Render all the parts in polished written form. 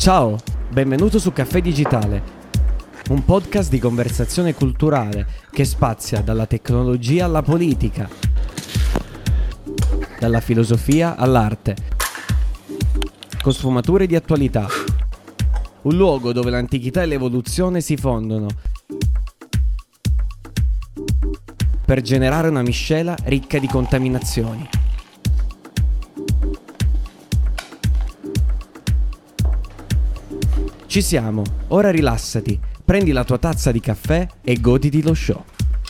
Ciao, benvenuto su Caffè Digitale, un podcast di conversazione culturale che spazia dalla tecnologia alla politica, dalla filosofia all'arte, con sfumature di attualità. Un luogo dove l'antichità e l'evoluzione si fondono per generare una miscela ricca di contaminazioni. Ci siamo, ora rilassati, prendi la tua tazza di caffè e goditi lo show.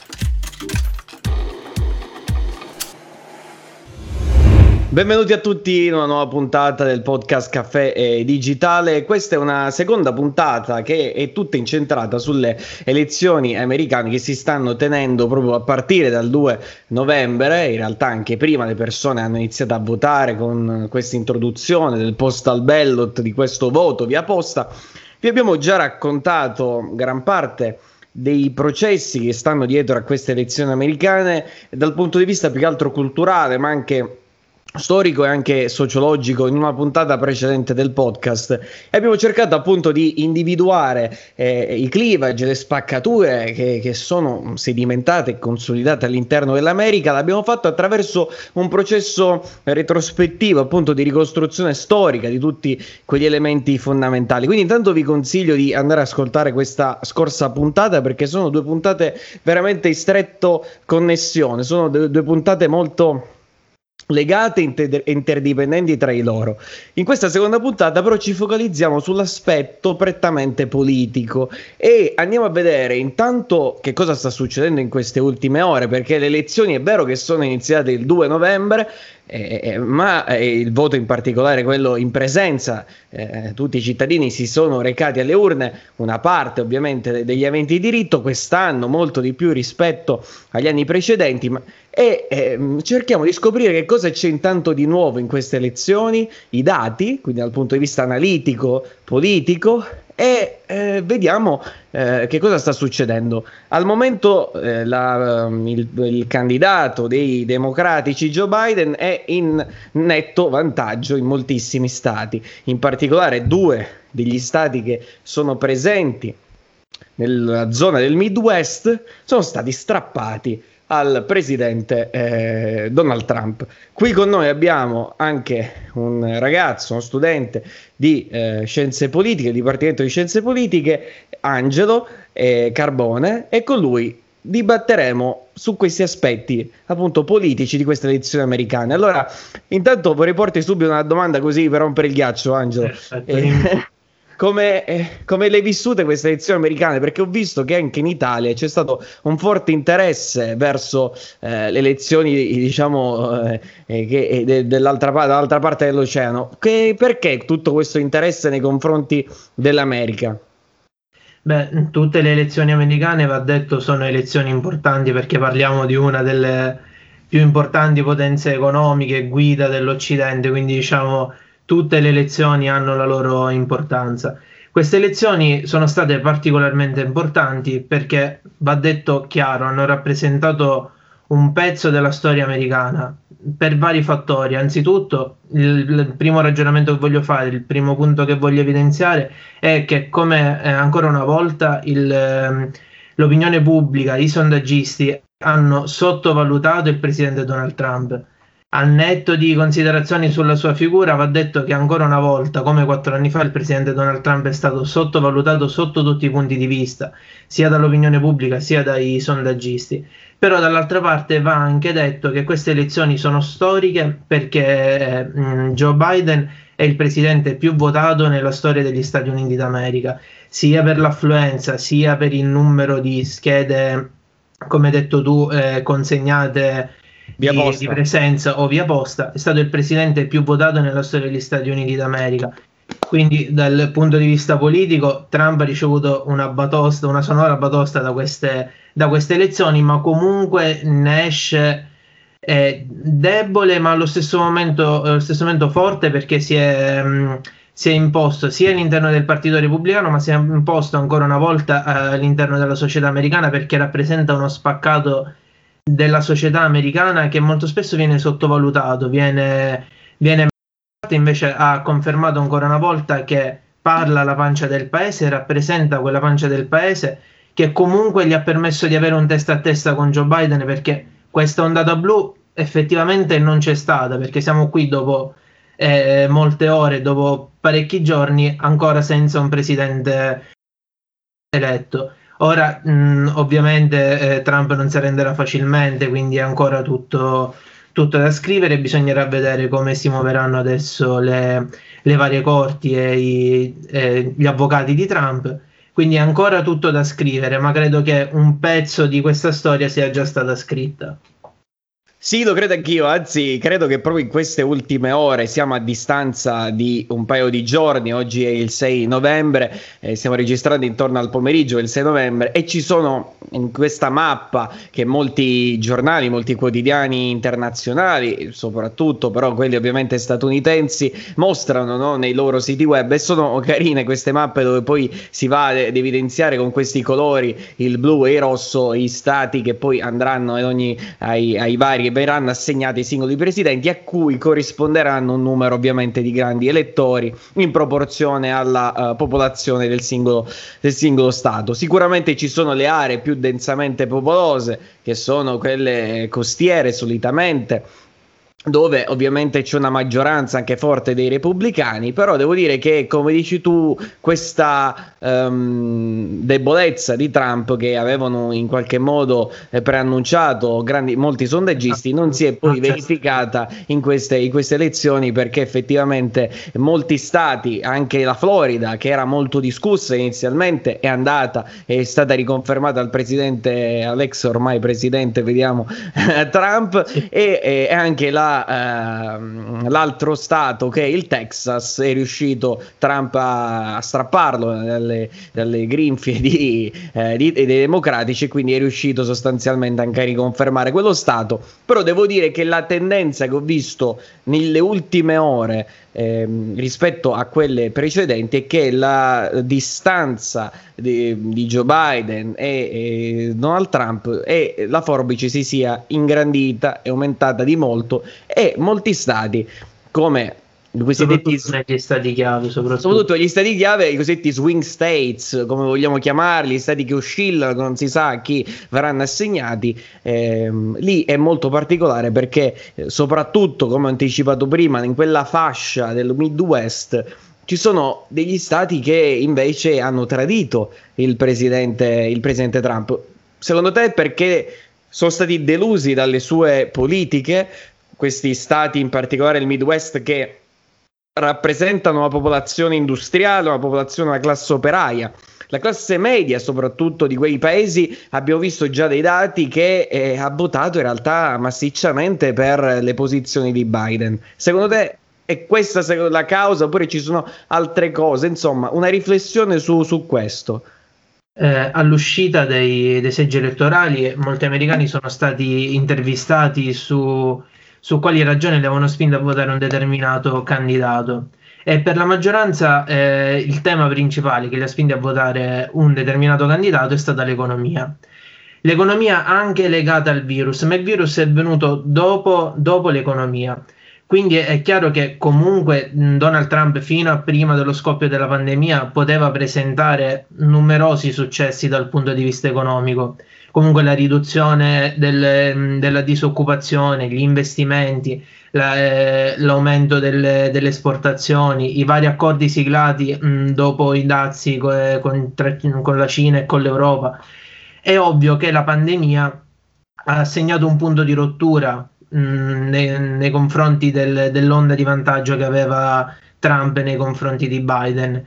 Benvenuti a tutti in una nuova puntata del podcast Caffè Digitale. Questa è una seconda puntata che è tutta incentrata sulle elezioni americane che si stanno tenendo proprio a partire dal 2 novembre. In realtà anche prima le persone hanno iniziato a votare con questa introduzione del postal ballot, di questo voto via posta. Vi abbiamo già raccontato gran parte dei processi che stanno dietro a queste elezioni americane dal punto di vista più che altro culturale, ma anche storico e anche sociologico in una puntata precedente del podcast. E abbiamo cercato appunto di individuare i clivage, le spaccature che sono sedimentate e consolidate all'interno dell'America. L'abbiamo fatto attraverso un processo retrospettivo appunto di ricostruzione storica di tutti quegli elementi fondamentali. Quindi intanto vi consiglio di andare ad ascoltare questa scorsa puntata, perché sono due puntate veramente in stretto connessione, sono due puntate molto legate e interdipendenti tra di loro. In questa seconda puntata però ci focalizziamo sull'aspetto prettamente politico e andiamo a vedere intanto che cosa sta succedendo in queste ultime ore, perché le elezioni è vero che sono iniziate il 2 novembre, ma il voto in particolare quello in presenza, tutti i cittadini si sono recati alle urne, una parte ovviamente degli aventi diritto, quest'anno molto di più rispetto agli anni precedenti, cerchiamo di scoprire che cosa c'è intanto di nuovo in queste elezioni, i dati, quindi dal punto di vista analitico, politico, e vediamo che cosa sta succedendo. Al momento il candidato dei democratici Joe Biden è in netto vantaggio in moltissimi stati, in particolare due degli stati che sono presenti nella zona del Midwest sono stati strappati al presidente Donald Trump. Qui con noi abbiamo anche un ragazzo, uno studente di scienze politiche, Dipartimento di Scienze Politiche, Angelo Carbone, e con lui dibatteremo su questi aspetti appunto politici di queste elezioni americane. Allora, intanto vorrei porti subito una domanda così per rompere il ghiaccio, Angelo. Come le hai vissute queste elezioni americane? Perché ho visto che anche in Italia c'è stato un forte interesse verso le elezioni, diciamo, dall'altra parte dell'oceano. Perché tutto questo interesse nei confronti dell'America? Beh, tutte le elezioni americane, va detto, sono elezioni importanti perché parliamo di una delle più importanti potenze economiche, guida dell'Occidente, quindi diciamo tutte le elezioni hanno la loro importanza. Queste elezioni sono state particolarmente importanti perché, va detto chiaro, hanno rappresentato un pezzo della storia americana per vari fattori. Anzitutto, il primo ragionamento che voglio fare, il primo punto che voglio evidenziare è che, come ancora una volta l'opinione pubblica, i sondaggisti hanno sottovalutato il presidente Donald Trump. Al netto di considerazioni sulla sua figura, va detto che ancora una volta, come 4 anni fa, il presidente Donald Trump è stato sottovalutato sotto tutti i punti di vista, sia dall'opinione pubblica sia dai sondaggisti. Però dall'altra parte va anche detto che queste elezioni sono storiche perché Joe Biden è il presidente più votato nella storia degli Stati Uniti d'America, sia per l'affluenza, sia per il numero di schede, come hai detto tu, consegnate di presenza o via posta. È stato il presidente più votato nella storia degli Stati Uniti d'America. Quindi dal punto di vista politico Trump ha ricevuto una sonora batosta da queste elezioni, ma comunque ne esce debole, ma allo stesso momento forte, perché si è imposto sia all'interno del Partito Repubblicano, ma si è imposto ancora una volta all'interno della società americana, perché rappresenta uno spaccato della società americana che molto spesso viene sottovalutato, invece ha confermato ancora una volta che parla alla pancia del paese, rappresenta quella pancia del paese che comunque gli ha permesso di avere un testa a testa con Joe Biden, perché questa ondata blu effettivamente non c'è stata, perché siamo qui dopo molte ore, dopo parecchi giorni, ancora senza un presidente eletto. Ora, ovviamente, Trump non si arrenderà facilmente, quindi è ancora tutto da scrivere. Bisognerà vedere come si muoveranno adesso le varie corti e gli avvocati di Trump. Quindi è ancora tutto da scrivere, ma credo che un pezzo di questa storia sia già stata scritta. Sì, lo credo anch'io, anzi credo che proprio in queste ultime ore, siamo a distanza di un paio di giorni, oggi è il 6 novembre, stiamo registrando intorno al pomeriggio del 6 novembre e ci sono in questa mappa che molti giornali, molti quotidiani internazionali, soprattutto però quelli ovviamente statunitensi, mostrano, no, nei loro siti web, e sono carine queste mappe dove poi si va ad evidenziare con questi colori, il blu e il rosso, i stati che poi andranno ai vari, verranno assegnati ai singoli presidenti, a cui corrisponderanno un numero ovviamente di grandi elettori in proporzione alla popolazione del singolo stato. Sicuramente ci sono le aree più densamente popolose, che sono quelle costiere solitamente, dove ovviamente c'è una maggioranza anche forte dei repubblicani, però devo dire che, come dici tu, questa debolezza di Trump, che avevano in qualche modo preannunciato molti sondaggisti, non si è poi verificata in queste elezioni, perché effettivamente molti stati, anche la Florida, che era molto discussa inizialmente, è stata riconfermata al presidente, all'ex ormai presidente, vediamo, Trump, e anche l'altro stato, che è il Texas, è riuscito Trump a strapparlo dalle grinfie dei democratici, quindi è riuscito sostanzialmente anche a riconfermare quello stato. Però devo dire che la tendenza che ho visto nelle ultime ore rispetto a quelle precedenti è che la distanza di Joe Biden e Donald Trump e la forbice si sia ingrandita e aumentata di molto, e molti stati, come i cosiddetti negli stati chiave, soprattutto gli stati chiave, i cosiddetti swing states, come vogliamo chiamarli, stati che oscillano, non si sa a chi verranno assegnati, lì è molto particolare, perché soprattutto, come ho anticipato prima, in quella fascia del Midwest ci sono degli stati che invece hanno tradito il presidente Trump. Secondo te perché sono stati delusi dalle sue politiche, questi stati, in particolare il Midwest, che rappresentano una popolazione industriale, una popolazione, una classe operaia, la classe media soprattutto di quei paesi? Abbiamo visto già dei dati che ha votato in realtà massicciamente per le posizioni di Biden. Secondo te è questa la causa, oppure ci sono altre cose? Insomma, una riflessione su questo. All'uscita dei seggi elettorali, molti americani sono stati intervistati su quali ragioni le avevano spinto a votare un determinato candidato, e per la maggioranza il tema principale che li ha spinti a votare un determinato candidato è stata l'economia. L'economia anche legata al virus, ma il virus è venuto dopo l'economia. Quindi è chiaro che comunque Donald Trump, fino a prima dello scoppio della pandemia, poteva presentare numerosi successi dal punto di vista economico. Comunque la riduzione della disoccupazione, gli investimenti, l'aumento delle esportazioni, i vari accordi siglati dopo i dazi con la Cina e con l'Europa. È ovvio che la pandemia ha segnato un punto di rottura nei confronti dell'onda di vantaggio che aveva Trump nei confronti di Biden.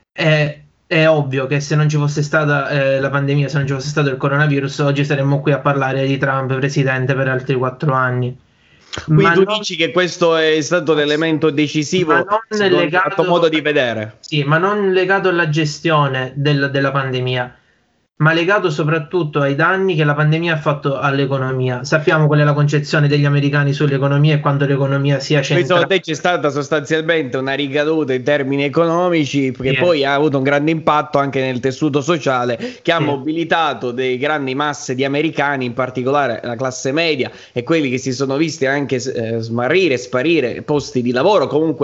È ovvio che se non ci fosse stata la pandemia, se non ci fosse stato il coronavirus, oggi saremmo qui a parlare di Trump presidente per altri 4 anni. Quindi tu dici che questo è stato l'elemento decisivo, al tuo modo di vedere? Sì, ma non legato alla gestione della pandemia, ma legato soprattutto ai danni che la pandemia ha fatto all'economia. Sappiamo qual è la concezione degli americani sull'economia e quanto l'economia sia centrale. Secondo te c'è stata sostanzialmente una ricaduta in termini economici, che poi ha avuto un grande impatto anche nel tessuto sociale, che ha mobilitato dei grandi masse di americani, in particolare la classe media e quelli che si sono visti anche sparire posti di lavoro, comunque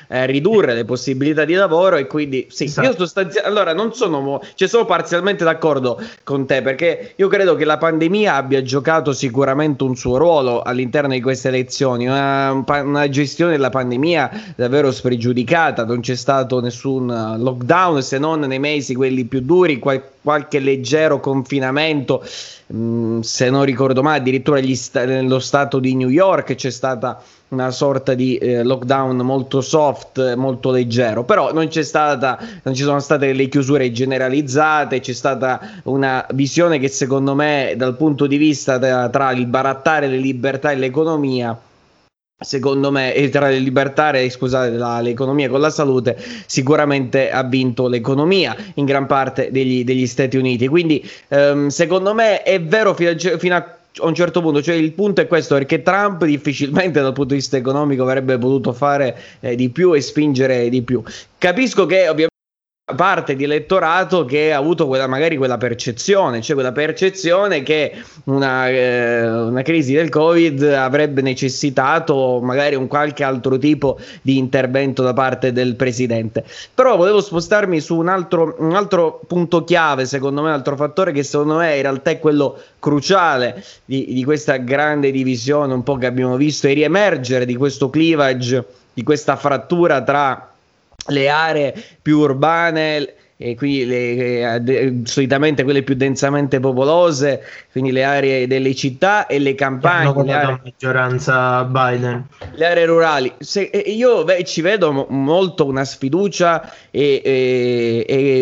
ridurre le possibilità di lavoro, e quindi sì, Esatto. io allora non sono, sono parzialmente d'accordo con te, perché io credo che la pandemia abbia giocato sicuramente un suo ruolo all'interno di queste elezioni, una gestione della pandemia davvero spregiudicata, non c'è stato nessun lockdown se non nei mesi quelli più duri, qualche leggero confinamento, se non ricordo male addirittura nello stato di New York c'è stata una sorta di lockdown molto soft, molto leggero, però non ci sono state le chiusure generalizzate, c'è stata una visione che secondo me dal punto di vista tra il barattare le libertà e l'economia, secondo me, tra le libertà, scusate, l'economia con la salute, sicuramente ha vinto l'economia in gran parte degli Stati Uniti. Quindi secondo me è vero fino a un certo punto, cioè il punto è questo, perché Trump difficilmente dal punto di vista economico avrebbe potuto fare di più e spingere di più. Capisco che ovviamente parte di elettorato che ha avuto magari quella percezione, cioè quella percezione che una crisi del Covid avrebbe necessitato magari un qualche altro tipo di intervento da parte del presidente. Però volevo spostarmi su un altro punto chiave, secondo me, un altro fattore che secondo me in realtà è quello cruciale di questa grande divisione un po' che abbiamo visto, e riemergere di questo clivage, di questa frattura tra le aree più urbane e quindi solitamente quelle più densamente popolose, quindi le aree delle città, e le campagne, hanno votato a maggioranza Biden. Le aree rurali. Io ci vedo molto una sfiducia e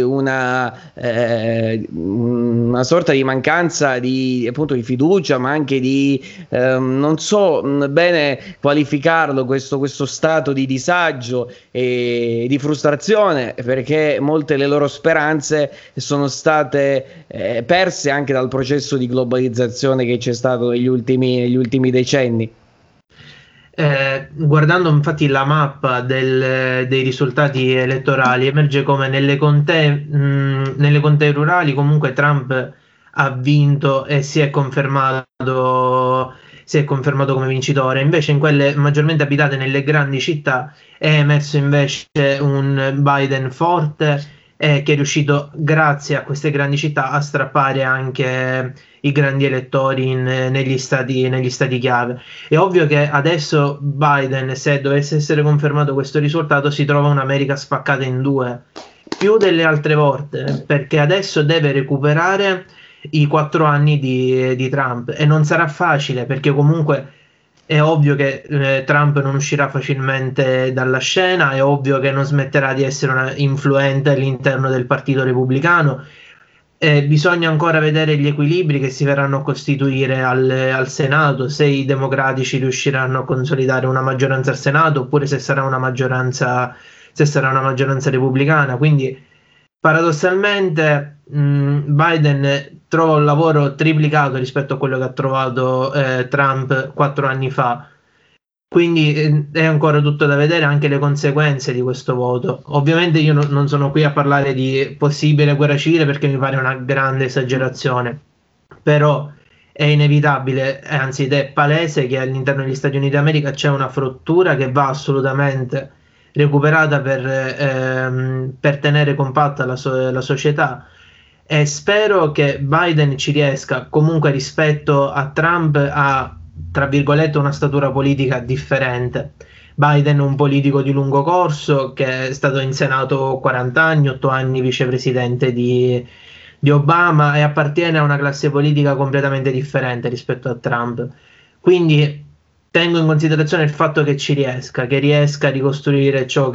una sorta di mancanza appunto di fiducia, ma anche non so bene qualificarlo, questo stato di disagio e di frustrazione, perché molte le loro speranze sono state perse anche dal processo di globalizzazione che c'è stato negli ultimi decenni. Guardando infatti la mappa dei risultati elettorali, emerge come nelle contee rurali comunque Trump ha vinto e si è confermato come vincitore. Invece in quelle maggiormente abitate nelle grandi città è emerso invece un Biden forte, che è riuscito, grazie a queste grandi città, a strappare anche i grandi elettori negli stati chiave. È ovvio che adesso Biden, se dovesse essere confermato questo risultato, si trova un'America spaccata in due, più delle altre volte, perché adesso deve recuperare i 4 anni di Trump, e non sarà facile, perché comunque è ovvio che Trump non uscirà facilmente dalla scena, è ovvio che non smetterà di essere una influente all'interno del Partito Repubblicano. Bisogna ancora vedere gli equilibri che si verranno a costituire al Senato, se i democratici riusciranno a consolidare una maggioranza al Senato, oppure se sarà una maggioranza repubblicana. Quindi paradossalmente Biden trova un lavoro triplicato rispetto a quello che ha trovato Trump 4 anni fa. Quindi è ancora tutto da vedere, anche le conseguenze di questo voto. Ovviamente io non sono qui a parlare di possibile guerra civile, perché mi pare una grande esagerazione, però è inevitabile, anzi ed è palese, che all'interno degli Stati Uniti d'America c'è una frattura che va assolutamente recuperata per tenere compatta la società, e spero che Biden ci riesca comunque, rispetto a Trump, a, tra virgolette, una statura politica differente. Biden è un politico di lungo corso che è stato in Senato 40 anni, 8 anni vicepresidente di Obama, e appartiene a una classe politica completamente differente rispetto a Trump. Quindi tengo in considerazione il fatto che riesca a ricostruire ciò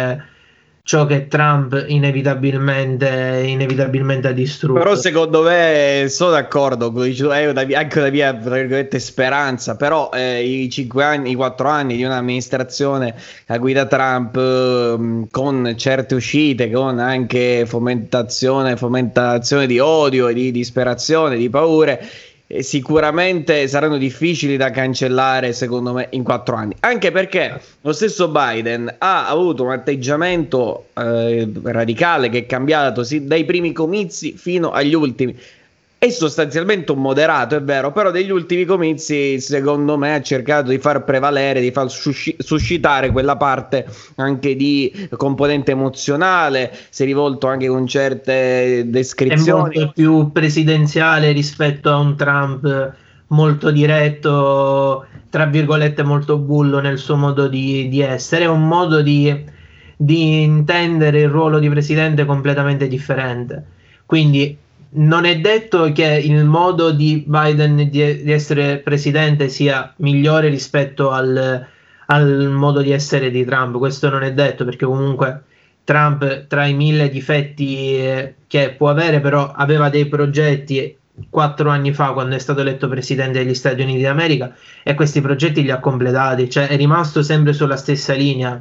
che Trump inevitabilmente ha distrutto. Però secondo me sono d'accordo, anche una mia, tra virgolette, speranza, però i 4 anni di un'amministrazione a guida Trump, con certe uscite, con anche fomentazione di odio e di disperazione, di paure, sicuramente saranno difficili da cancellare, secondo me, in 4 anni, anche perché lo stesso Biden ha avuto un atteggiamento radicale che è cambiato dai primi comizi fino agli ultimi, è sostanzialmente un moderato, è vero, però degli ultimi comizi secondo me ha cercato di far prevalere, di far suscitare quella parte anche di componente emozionale, si è rivolto anche con certe descrizioni. È molto più presidenziale rispetto a un Trump molto diretto, tra virgolette molto bullo nel suo modo di essere, è un modo di intendere il ruolo di presidente completamente differente. Quindi non è detto che il modo di Biden di essere presidente sia migliore rispetto al modo di essere di Trump, questo non è detto, perché comunque Trump, tra i 1000 difetti che può avere, però aveva dei progetti 4 anni fa quando è stato eletto presidente degli Stati Uniti d'America, e questi progetti li ha completati, cioè è rimasto sempre sulla stessa linea.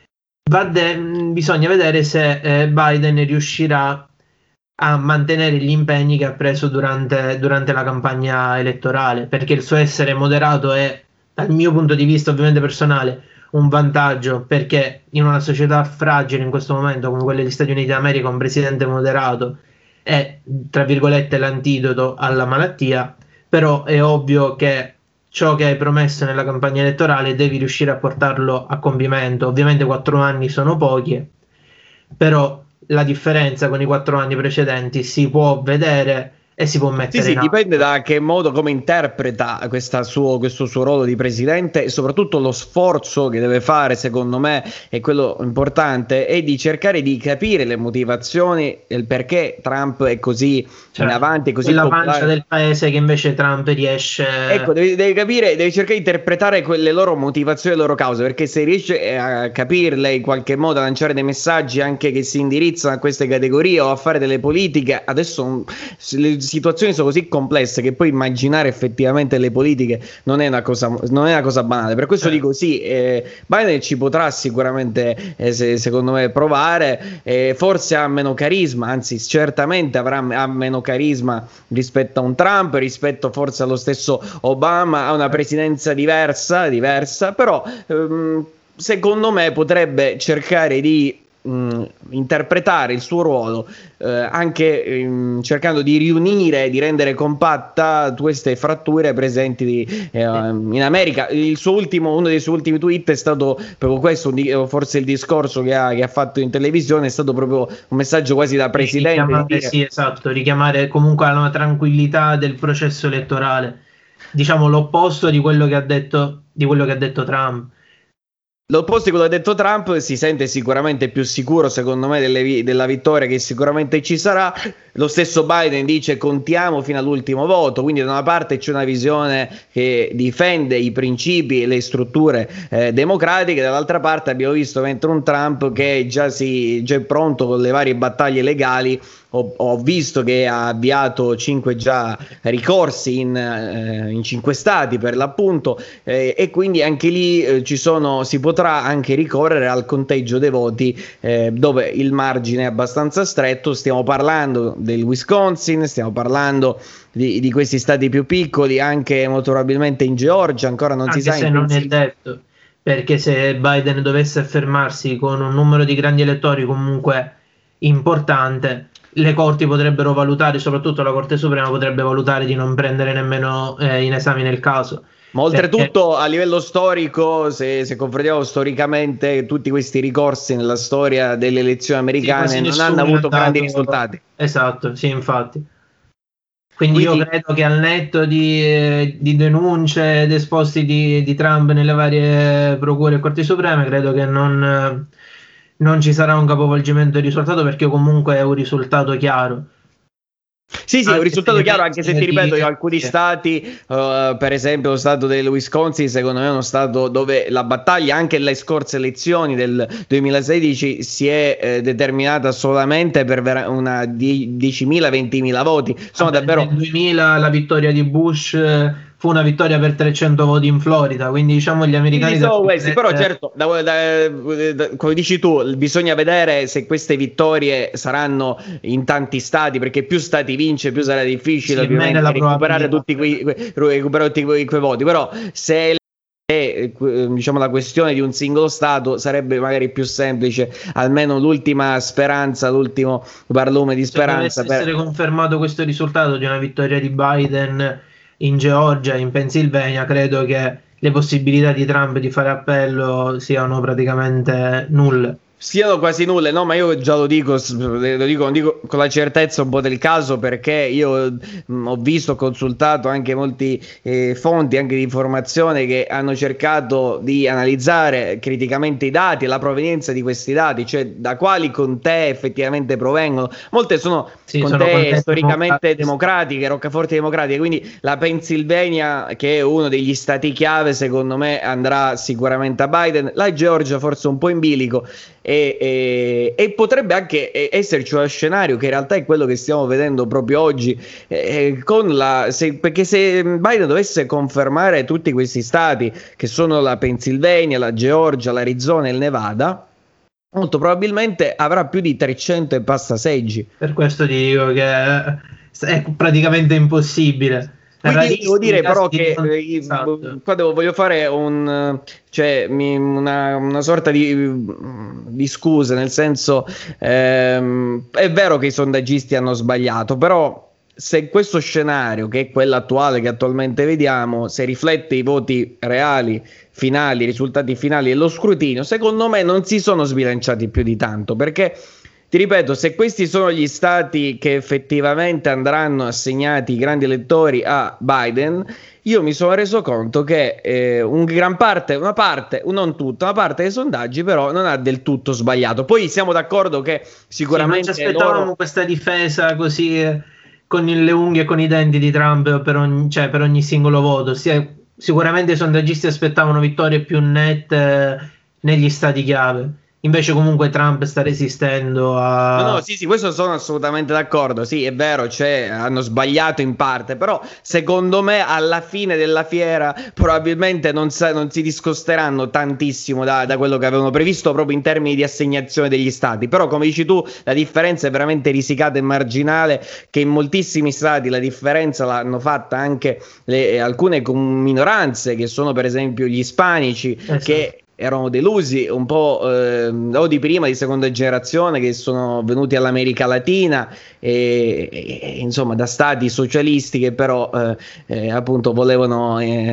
Bisogna vedere se Biden riuscirà a mantenere gli impegni che ha preso durante la campagna elettorale, perché il suo essere moderato è, dal mio punto di vista ovviamente personale, un vantaggio, perché in una società fragile in questo momento come quella degli Stati Uniti d'America un presidente moderato è, tra virgolette, l'antidoto alla malattia. Però è ovvio che ciò che hai promesso nella campagna elettorale devi riuscire a portarlo a compimento. Ovviamente 4 anni sono pochi, però la differenza con i 4 anni precedenti si può vedere e si può mettere Sì, in atto. dipende da che modo, come interpreta questo suo ruolo di presidente, e soprattutto lo sforzo che deve fare, secondo me, è quello importante, è di cercare di capire le motivazioni, il perché Trump è così in avanti, è così la popolare. pancia del paese che invece Trump riesce... Ecco, devi capire, devi cercare di interpretare le loro motivazioni, le loro cause, perché se riesce a capirle in qualche modo, a lanciare dei messaggi anche che si indirizzano a queste categorie o a fare delle politiche, adesso le situazioni sono così complesse che poi immaginare effettivamente le politiche non è una cosa banale. Per questo dico sì, Biden ci potrà sicuramente, secondo me, provare, forse ha meno carisma, anzi certamente ha meno carisma rispetto a un Trump, rispetto forse allo stesso Obama, ha una presidenza diversa, però secondo me potrebbe cercare di interpretare il suo ruolo anche cercando di riunire, di rendere compatta queste fratture presenti in America. Uno dei suoi ultimi tweet è stato proprio questo, forse il discorso che ha fatto in televisione è stato proprio un messaggio quasi da presidente. Sì, esatto, richiamare comunque alla tranquillità del processo elettorale, diciamo l'opposto di quello che ha detto Trump. L'opposto di quello che ha detto Trump, si sente sicuramente più sicuro, secondo me, della vittoria che sicuramente ci sarà. Lo stesso Biden dice contiamo fino all'ultimo voto, quindi da una parte c'è una visione che difende i principi e le strutture democratiche, dall'altra parte abbiamo visto mentre un Trump che già è pronto con le varie battaglie legali. Ho visto che ha avviato 5 già ricorsi in 5 stati per l'appunto, e quindi anche lì si potrà anche ricorrere al conteggio dei voti, dove il margine è abbastanza stretto. Stiamo parlando del Wisconsin, stiamo parlando di questi stati più piccoli, anche molto probabilmente in Georgia, ancora non si sa. Anche se non è detto, perché se Biden dovesse affermarsi con un numero di grandi elettori comunque importante, le corti potrebbero valutare, soprattutto la Corte Suprema potrebbe valutare di non prendere nemmeno in esame nel caso. Ma oltretutto a livello storico, se confrontiamo storicamente tutti questi ricorsi nella storia delle elezioni americane, non hanno avuto grandi risultati. Esatto, sì, infatti. Quindi io credo che al netto di denunce ed esposti di Trump nelle varie procure e Corti Supreme, credo che non ci sarà un capovolgimento di risultato, perché comunque è un risultato chiaro. Sì, è un risultato chiaro, anche se ti ripeto, in alcuni stati, per esempio lo stato del Wisconsin, secondo me è uno stato dove la battaglia, anche le scorse elezioni del 2016, si è determinata solamente per una 10.000-20.000 voti. Insomma, davvero. Nel 2000 la vittoria di Bush fu una vittoria per 300 voti in Florida, quindi diciamo gli americani... Questi, però certo, come dici tu, bisogna vedere se queste vittorie saranno in tanti stati, perché più stati vince, più sarà difficile ovviamente recuperare tutti quei voti, però se diciamo la questione di un singolo stato sarebbe magari più semplice, almeno l'ultima speranza, l'ultimo barlume di speranza. Se dovesse essere confermato questo risultato di una vittoria di Biden in Georgia, in Pennsylvania, credo che le possibilità di Trump di fare appello siano praticamente nulle. Siano quasi nulle, no, ma io già lo dico, non dico con la certezza un po' del caso, perché io ho visto, ho consultato anche molti fonti anche di informazione che hanno cercato di analizzare criticamente i dati e la provenienza di questi dati, cioè da quali contee effettivamente provengono. Molte sono contee storicamente democratiche, roccaforti democratiche, quindi la Pennsylvania, che è uno degli stati chiave, secondo me andrà sicuramente a Biden, la Georgia forse un po' in bilico. E potrebbe anche esserci uno scenario che in realtà è quello che stiamo vedendo proprio oggi, perché se Biden dovesse confermare tutti questi stati, che sono la Pennsylvania, la Georgia, l'Arizona e il Nevada, molto probabilmente avrà più di 300 e passa seggi. Per questo ti dico che è praticamente impossibile. Quindi devo dire però che qua voglio fare una sorta di scusa, nel senso è vero che i sondaggisti hanno sbagliato, però se questo scenario, che è quello attuale che attualmente vediamo, se riflette i voti reali, finali, i risultati finali dello scrutinio, secondo me non si sono sbilanciati più di tanto, perché ti ripeto, se questi sono gli stati che effettivamente andranno assegnati i grandi elettori a Biden, io mi sono reso conto che una parte dei sondaggi però non ha del tutto sbagliato. Poi siamo d'accordo che sicuramente non ci aspettavamo questa difesa così con le unghie e con i denti di Trump per ogni singolo voto. Sicuramente i sondaggisti aspettavano vittorie più nette negli stati chiave. Invece comunque Trump sta resistendo a... No, sì, questo sono assolutamente d'accordo, sì, è vero, hanno sbagliato in parte, però secondo me alla fine della fiera probabilmente non si discosteranno tantissimo da quello che avevano previsto proprio in termini di assegnazione degli stati, però come dici tu la differenza è veramente risicata e marginale, che in moltissimi stati la differenza l'hanno fatta anche alcune minoranze, che sono per esempio gli ispanici, che erano delusi un po' o di prima, di seconda generazione, che sono venuti all'America Latina e insomma da stati socialisti che però appunto volevano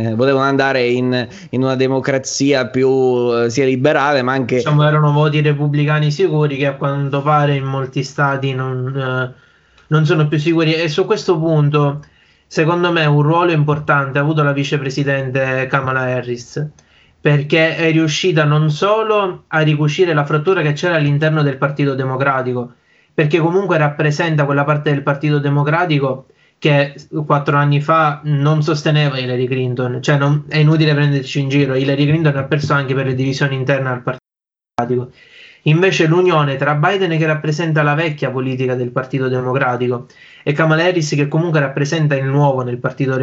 andare in una democrazia più sia liberale, ma anche erano voti repubblicani sicuri che a quanto pare in molti stati non sono più sicuri, e su questo punto secondo me un ruolo importante ha avuto la vicepresidente Kamala Harris, perché è riuscita non solo a ricucire la frattura che c'era all'interno del Partito Democratico, perché comunque rappresenta quella parte del Partito Democratico che 4 anni fa non sosteneva Hillary Clinton, è inutile prenderci in giro, Hillary Clinton ha perso anche per le divisioni interne al Partito Democratico. Invece l'unione tra Biden, che rappresenta la vecchia politica del Partito Democratico, e Kamala Harris, che comunque rappresenta il nuovo nel Partito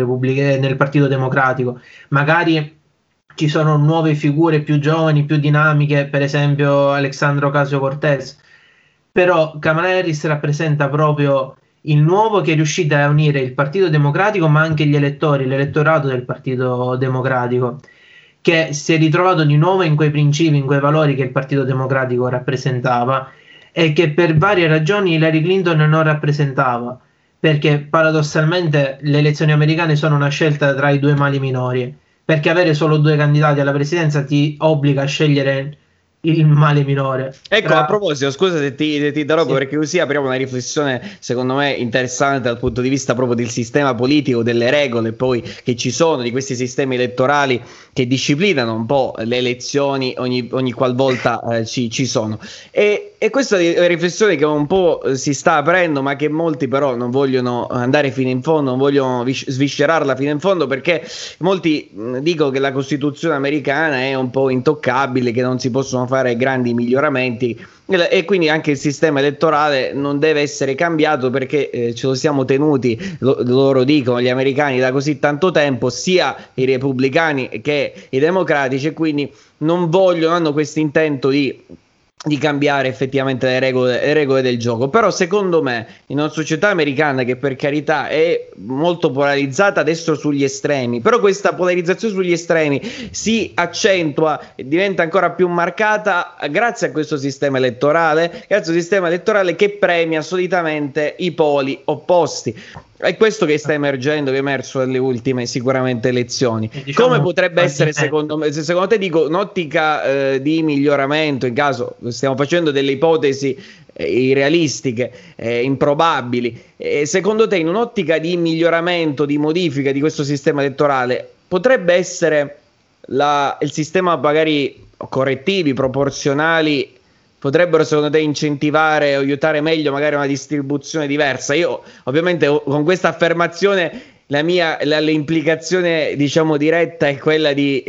Democratico, magari ci sono nuove figure più giovani, più dinamiche, per esempio Alexandria Ocasio-Cortez, però Kamala Harris rappresenta proprio il nuovo, che è riuscita a unire il Partito Democratico ma anche gli elettori, l'elettorato del Partito Democratico, che si è ritrovato di nuovo in quei principi, in quei valori che il Partito Democratico rappresentava e che per varie ragioni Hillary Clinton non rappresentava, perché paradossalmente le elezioni americane sono una scelta tra i due mali minori, perché avere solo 2 candidati alla presidenza ti obbliga a scegliere il male minore. Ecco, a proposito, scusa se ti interrompo, perché così apriamo una riflessione secondo me interessante dal punto di vista proprio del sistema politico, delle regole poi che ci sono, di questi sistemi elettorali che disciplinano un po' le elezioni ogni qualvolta ci sono. E questa è una riflessione che un po' si sta aprendo, ma che molti però non vogliono andare fino in fondo, non vogliono sviscerarla fino in fondo, perché molti dicono che la Costituzione americana è un po' intoccabile, che non si possono fare grandi miglioramenti, e quindi anche il sistema elettorale non deve essere cambiato, perché ce lo siamo tenuti, loro dicono, gli americani, da così tanto tempo, sia i repubblicani che i democratici, e quindi non hanno questo intento di di cambiare effettivamente le regole del gioco. Però secondo me in una società americana che per carità è molto polarizzata adesso sugli estremi, però questa polarizzazione sugli estremi si accentua e diventa ancora più marcata grazie a questo sistema elettorale, che premia solitamente i poli opposti. È questo che sta emergendo, che è emerso nelle ultime sicuramente elezioni. Diciamo, come potrebbe essere secondo te, dico, un'ottica di miglioramento, in caso stiamo facendo delle ipotesi irrealistiche, improbabili, secondo te in un'ottica di miglioramento, di modifica di questo sistema elettorale potrebbe essere il sistema magari correttivi, proporzionali, potrebbero secondo te incentivare o aiutare meglio magari una distribuzione diversa? Io ovviamente con questa affermazione l'implicazione diciamo diretta è quella di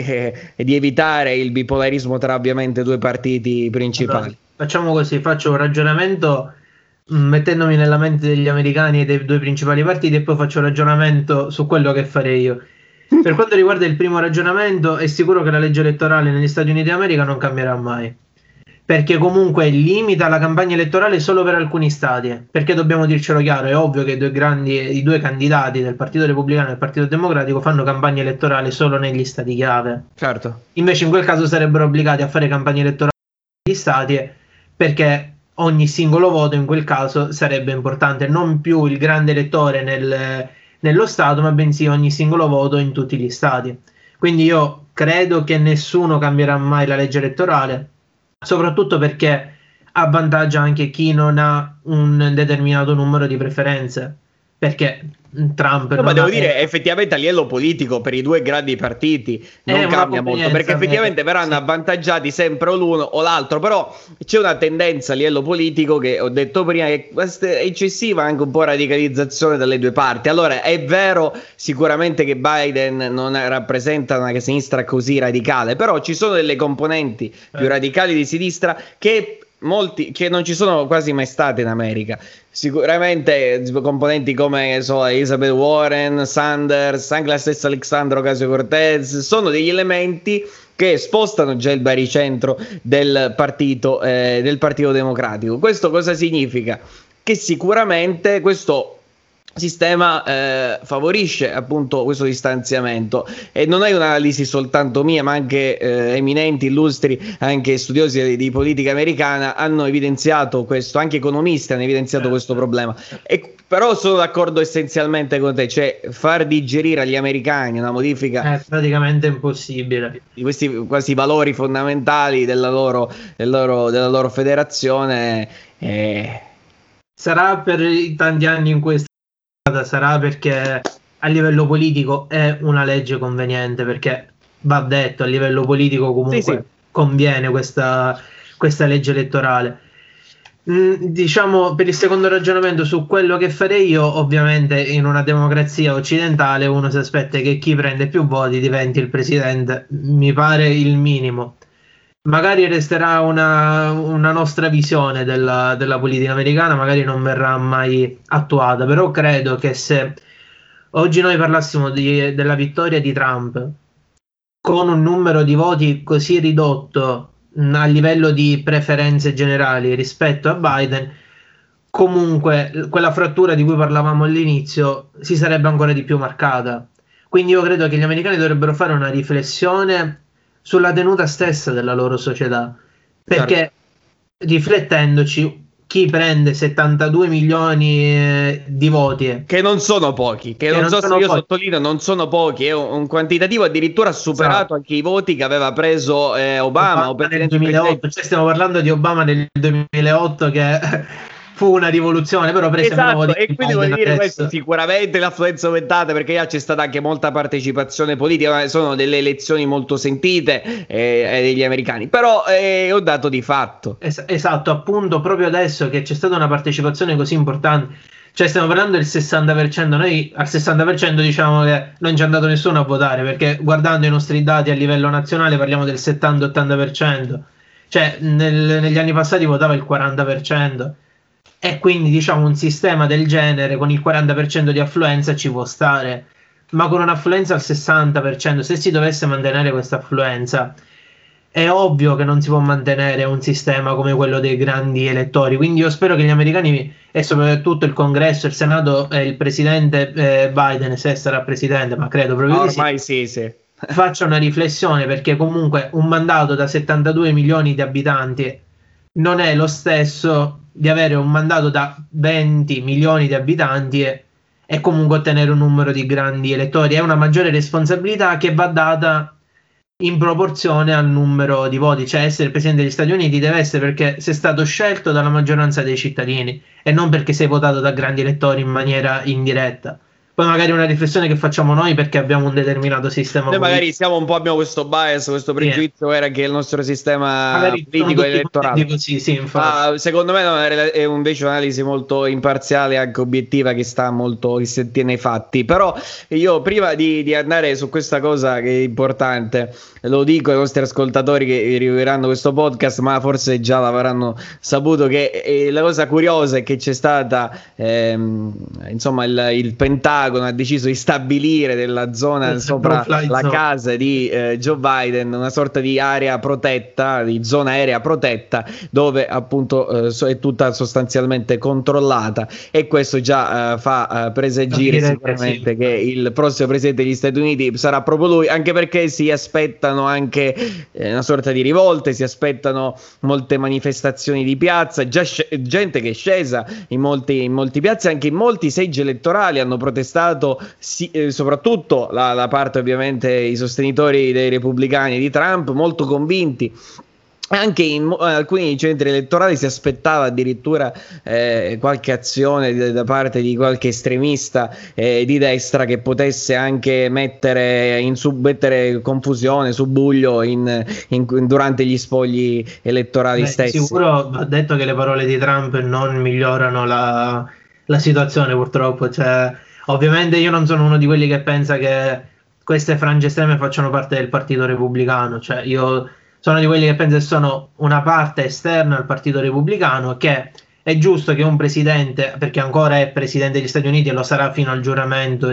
evitare il bipolarismo tra ovviamente due partiti principali. Allora, facciamo così, faccio un ragionamento mettendomi nella mente degli americani e dei due principali partiti e poi faccio un ragionamento su quello che farei io. Per quanto riguarda il primo ragionamento, è sicuro che la legge elettorale negli Stati Uniti d'America non cambierà mai, perché comunque limita la campagna elettorale solo per alcuni stati, perché dobbiamo dircelo chiaro, è ovvio che i due candidati del Partito Repubblicano e del Partito Democratico fanno campagna elettorale solo negli stati chiave. Certo. Invece in quel caso sarebbero obbligati a fare campagna elettorale negli stati, perché ogni singolo voto in quel caso sarebbe importante, non più il grande elettore nello stato, ma bensì ogni singolo voto in tutti gli stati. Quindi io credo che nessuno cambierà mai la legge elettorale, soprattutto perché avvantaggia anche chi non ha un determinato numero di preferenze, perché Trump ma devo dire effettivamente a livello politico per i due grandi partiti non cambia molto, perché effettivamente verranno avvantaggiati sempre l'uno o l'altro, però c'è una tendenza a livello politico che ho detto prima, che è eccessiva anche un po' radicalizzazione dalle due parti. Allora è vero sicuramente che Biden non rappresenta una sinistra così radicale, però ci sono delle componenti più radicali di sinistra che non ci sono quasi mai state in America. Sicuramente componenti come Elizabeth Warren, Sanders, anche la stessa Alexandria Ocasio-Cortez sono degli elementi che spostano già il baricentro del partito democratico. Questo cosa significa? Che sicuramente questo sistema favorisce appunto questo distanziamento, e non è un'analisi soltanto mia, ma anche eminenti, illustri, anche studiosi di politica americana hanno evidenziato questo, anche economisti hanno evidenziato questo problema. Però sono d'accordo essenzialmente con te, cioè far digerire agli americani una modifica è praticamente impossibile di questi quasi valori fondamentali della loro federazione. Sarà per i tanti anni in cui sarà perché a livello politico è una legge conveniente, perché va detto, a livello politico comunque conviene questa legge elettorale. Diciamo, per il secondo ragionamento su quello che farei io, ovviamente in una democrazia occidentale uno si aspetta che chi prende più voti diventi il presidente, mi pare il minimo. Magari resterà una nostra visione della politica americana, magari non verrà mai attuata, però credo che se oggi noi parlassimo della vittoria di Trump con un numero di voti così ridotto a livello di preferenze generali rispetto a Biden, comunque quella frattura di cui parlavamo all'inizio si sarebbe ancora di più marcata. Quindi io credo che gli americani dovrebbero fare una riflessione sulla tenuta stessa della loro società, perché riflettendoci, chi prende 72 milioni di voti, che non sono pochi, sottolineo, non sono pochi, è un quantitativo addirittura superato anche i voti che aveva preso Obama nel 2008, cioè stiamo parlando di Obama nel 2008 che fu una rivoluzione, però prese meno voti. E quindi voglio dire questo, sicuramente l'affluenza aumentata perché c'è stata anche molta partecipazione politica, sono delle elezioni molto sentite degli americani, però è un dato di fatto. Esatto, appunto, proprio adesso che c'è stata una partecipazione così importante, cioè stiamo parlando del 60%, noi al 60% diciamo che non ci è andato nessuno a votare, perché guardando i nostri dati a livello nazionale parliamo del 70-80%, cioè negli anni passati votava il 40%. E quindi diciamo un sistema del genere con il 40% di affluenza ci può stare, ma con un'affluenza al 60%, se si dovesse mantenere questa affluenza, è ovvio che non si può mantenere un sistema come quello dei grandi elettori, quindi io spero che gli americani e soprattutto il Congresso, il Senato e il presidente Biden, se sarà presidente, ma credo proprio di sì, Ormai sì, sì. faccia una riflessione, perché comunque un mandato da 72 milioni di abitanti non è lo stesso di avere un mandato da 20 milioni di abitanti e comunque ottenere un numero di grandi elettori. È una maggiore responsabilità che va data in proporzione al numero di voti, cioè essere presidente degli Stati Uniti deve essere perché sei stato scelto dalla maggioranza dei cittadini e non perché sei votato da grandi elettori in maniera indiretta. Poi magari una riflessione che facciamo noi perché abbiamo un determinato sistema Noi magari politico. abbiamo questo bias, questo pregiudizio, era che il nostro sistema Magari sono politico e tutti elettorale. così, sì, infatti. Ma secondo me no, è invece un'analisi molto imparziale e anche obiettiva che si tiene ai fatti. Però io prima di andare su questa cosa che è importante, lo dico ai nostri ascoltatori che rivedranno questo podcast, ma forse già l'avranno saputo, che la cosa curiosa è che c'è stata, insomma, il Pentagono ha deciso di stabilire della zona sopra la casa di Joe Biden una sorta di area protetta, di zona aerea protetta, dove appunto è tutta sostanzialmente controllata, e questo già fa presagire sicuramente che il prossimo presidente degli Stati Uniti sarà proprio lui, anche perché si aspettano anche una sorta di rivolte, si aspettano molte manifestazioni di piazza, già gente che è scesa in molti piazze, anche in molti seggi elettorali hanno protestato, soprattutto la parte, ovviamente, i sostenitori dei repubblicani di Trump, molto convinti. Anche in alcuni centri elettorali si aspettava addirittura qualche azione da parte di qualche estremista di destra che potesse anche mettere confusione, subbuglio durante gli spogli elettorali stessi. Sicuro va detto che le parole di Trump non migliorano la situazione, purtroppo. Cioè, ovviamente io non sono uno di quelli che pensa che queste frange estreme facciano parte del Partito Repubblicano, cioè io sono di quelli che pensa che sono una parte esterna al Partito Repubblicano, che è giusto che un presidente, perché ancora è presidente degli Stati Uniti e lo sarà fino al giuramento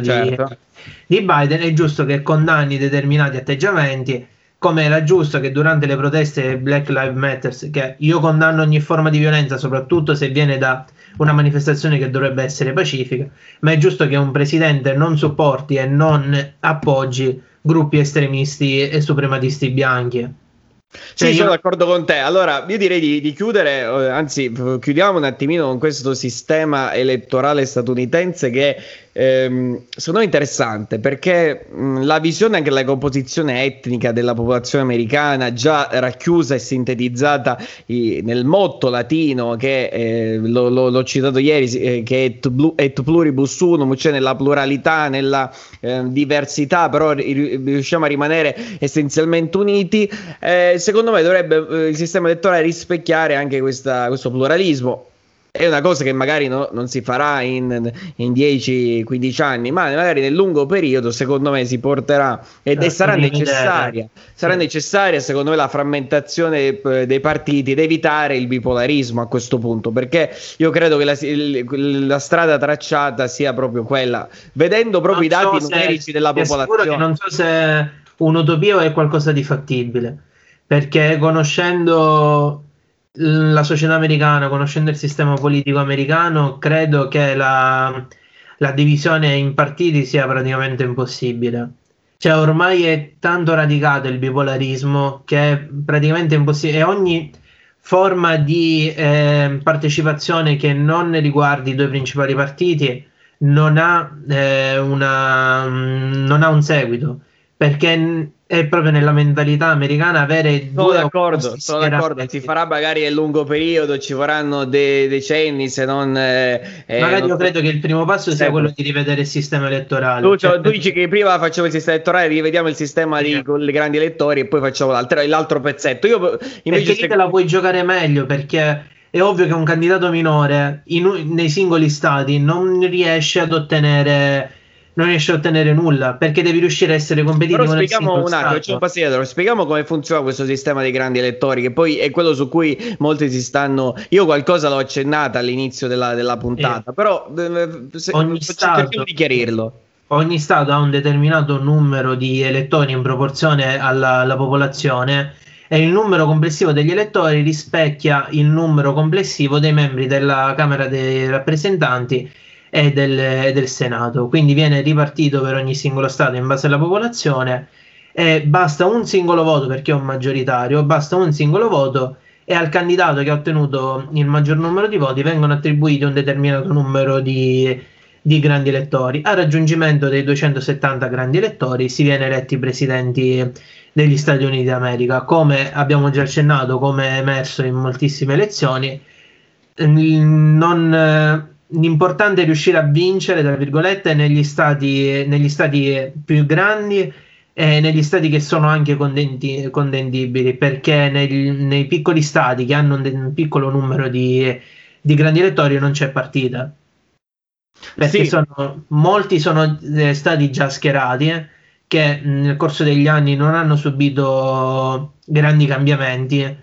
di Biden, è giusto che condanni determinati atteggiamenti, come era giusto che durante le proteste Black Lives Matter, che io condanno ogni forma di violenza, soprattutto se viene da una manifestazione che dovrebbe essere pacifica, ma è giusto che un presidente non supporti e non appoggi gruppi estremisti e suprematisti bianchi. Sì, sono d'accordo con te. Allora, io direi di chiudere, anzi, chiudiamo un attimino con questo sistema elettorale statunitense che secondo me è interessante, perché la visione anche della composizione etnica della popolazione americana, già racchiusa e sintetizzata nel motto latino che l'ho citato ieri, che è et pluribus unum, cioè nella pluralità, nella diversità, però riusciamo a rimanere essenzialmente uniti. Secondo me dovrebbe il sistema elettorale rispecchiare anche questo pluralismo. È una cosa che magari non si farà in 10-15 anni, ma magari nel lungo periodo, secondo me, si porterà e sarà necessaria. Sarà necessaria, secondo me, la frammentazione dei partiti ed evitare il bipolarismo a questo punto, perché io credo che la strada tracciata sia proprio quella, vedendo proprio i dati numerici della popolazione. Che non so se è un'utopia o è qualcosa di fattibile, perché conoscendo la società americana, conoscendo il sistema politico americano, credo che la divisione in partiti sia praticamente impossibile. Cioè, ormai è tanto radicato il bipolarismo che è praticamente impossibile, e ogni forma di partecipazione che non riguardi i due principali partiti non ha un seguito, perché è proprio nella mentalità americana avere sono d'accordo, si farà magari nel lungo periodo, ci vorranno decenni, se non magari io credo che il primo passo sia quello di rivedere il sistema elettorale. Tu dici che prima facciamo il sistema elettorale, rivediamo il sistema con i grandi elettori e poi facciamo l'altro pezzetto. Io invece perché lì te la puoi giocare meglio, perché è ovvio che un candidato minore nei singoli stati non riesce ad ottenere nulla, perché devi riuscire a essere competitivo. Però spieghiamo un attimo, facciamo un passo indietro, spieghiamo come funziona questo sistema dei grandi elettori, che poi è quello su cui molti io qualcosa l'ho accennata all'inizio della puntata, però cerchiamo di chiarirlo. Ogni stato ha un determinato numero di elettori in proporzione alla popolazione, e il numero complessivo degli elettori rispecchia il numero complessivo dei membri della Camera dei rappresentanti e del Senato. Quindi viene ripartito per ogni singolo Stato in base alla popolazione e basta un singolo voto, perché è un maggioritario, basta un singolo voto e al candidato che ha ottenuto il maggior numero di voti vengono attribuiti un determinato numero di grandi elettori. A raggiungimento dei 270 grandi elettori si viene eletti presidenti degli Stati Uniti d'America. Come abbiamo già accennato, come è emerso in moltissime elezioni, l'importante è riuscire a vincere, tra virgolette, negli stati più grandi e negli stati che sono anche contendibili, perché nei piccoli stati che hanno un piccolo numero di grandi elettori non c'è partita, perché Sì. molti sono stati già schierati, che nel corso degli anni non hanno subito grandi cambiamenti,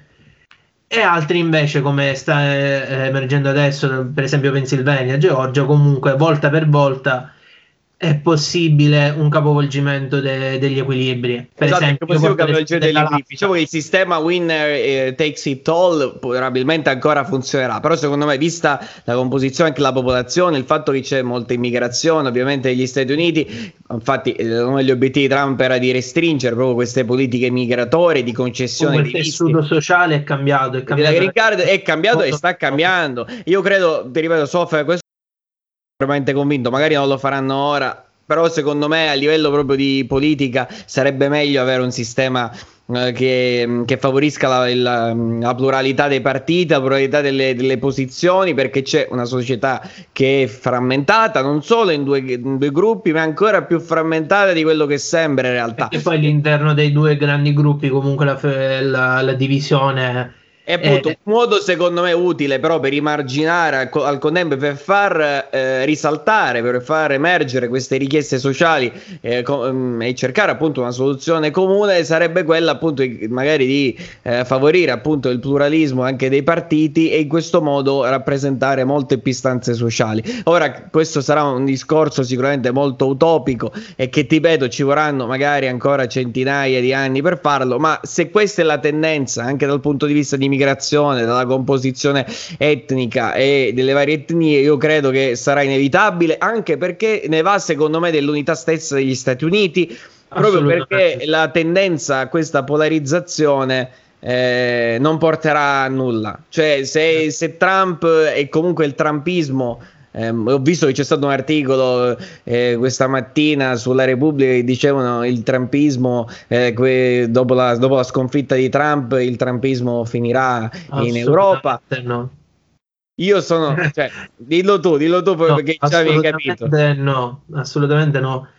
e altri invece, come sta emergendo adesso, per esempio Pennsylvania, Georgia, comunque volta per volta è possibile un capovolgimento degli equilibri. Per Esatto, è esempio, io possibile porto capire il giro l'esempio degli equilibri. Diciamo che il sistema winner takes it all probabilmente ancora funzionerà, però secondo me, vista la composizione anche la popolazione, il fatto che c'è molta immigrazione ovviamente negli Stati Uniti, infatti uno degli obiettivi di Trump era di restringere proprio queste politiche migratorie, di concessione di il tessuto sociale è cambiato, la green card è cambiato e sta cambiando. Io credo, ti ripeto, Sofia, questo veramente convinto, magari non lo faranno ora, però secondo me a livello proprio di politica sarebbe meglio avere un sistema che favorisca la pluralità dei partiti, la pluralità delle posizioni, perché c'è una società che è frammentata non solo in due gruppi, ma ancora più frammentata di quello che sembra in realtà. E poi all'interno dei due grandi gruppi comunque la divisione È appunto un modo secondo me utile però per rimarginare al contempo, per far risaltare, per far emergere queste richieste sociali e cercare appunto una soluzione comune, sarebbe quella appunto magari di favorire appunto il pluralismo anche dei partiti e in questo modo rappresentare molte più istanze sociali. Ora questo sarà un discorso sicuramente molto utopico e che, ti ripeto, ci vorranno magari ancora centinaia di anni per farlo, ma se questa è la tendenza anche dal punto di vista di migrazione, dalla composizione etnica e delle varie etnie, io credo che sarà inevitabile, anche perché ne va secondo me dell'unità stessa degli Stati Uniti, proprio perché la tendenza a questa polarizzazione non porterà a nulla. Cioè se Trump e comunque il trumpismo, ho visto che c'è stato un articolo questa mattina sulla Repubblica che dicevano il trumpismo, dopo la sconfitta di Trump, il trumpismo finirà in Europa. No. Io sono, cioè, dillo tu no, perché già avevi capito. No, assolutamente no.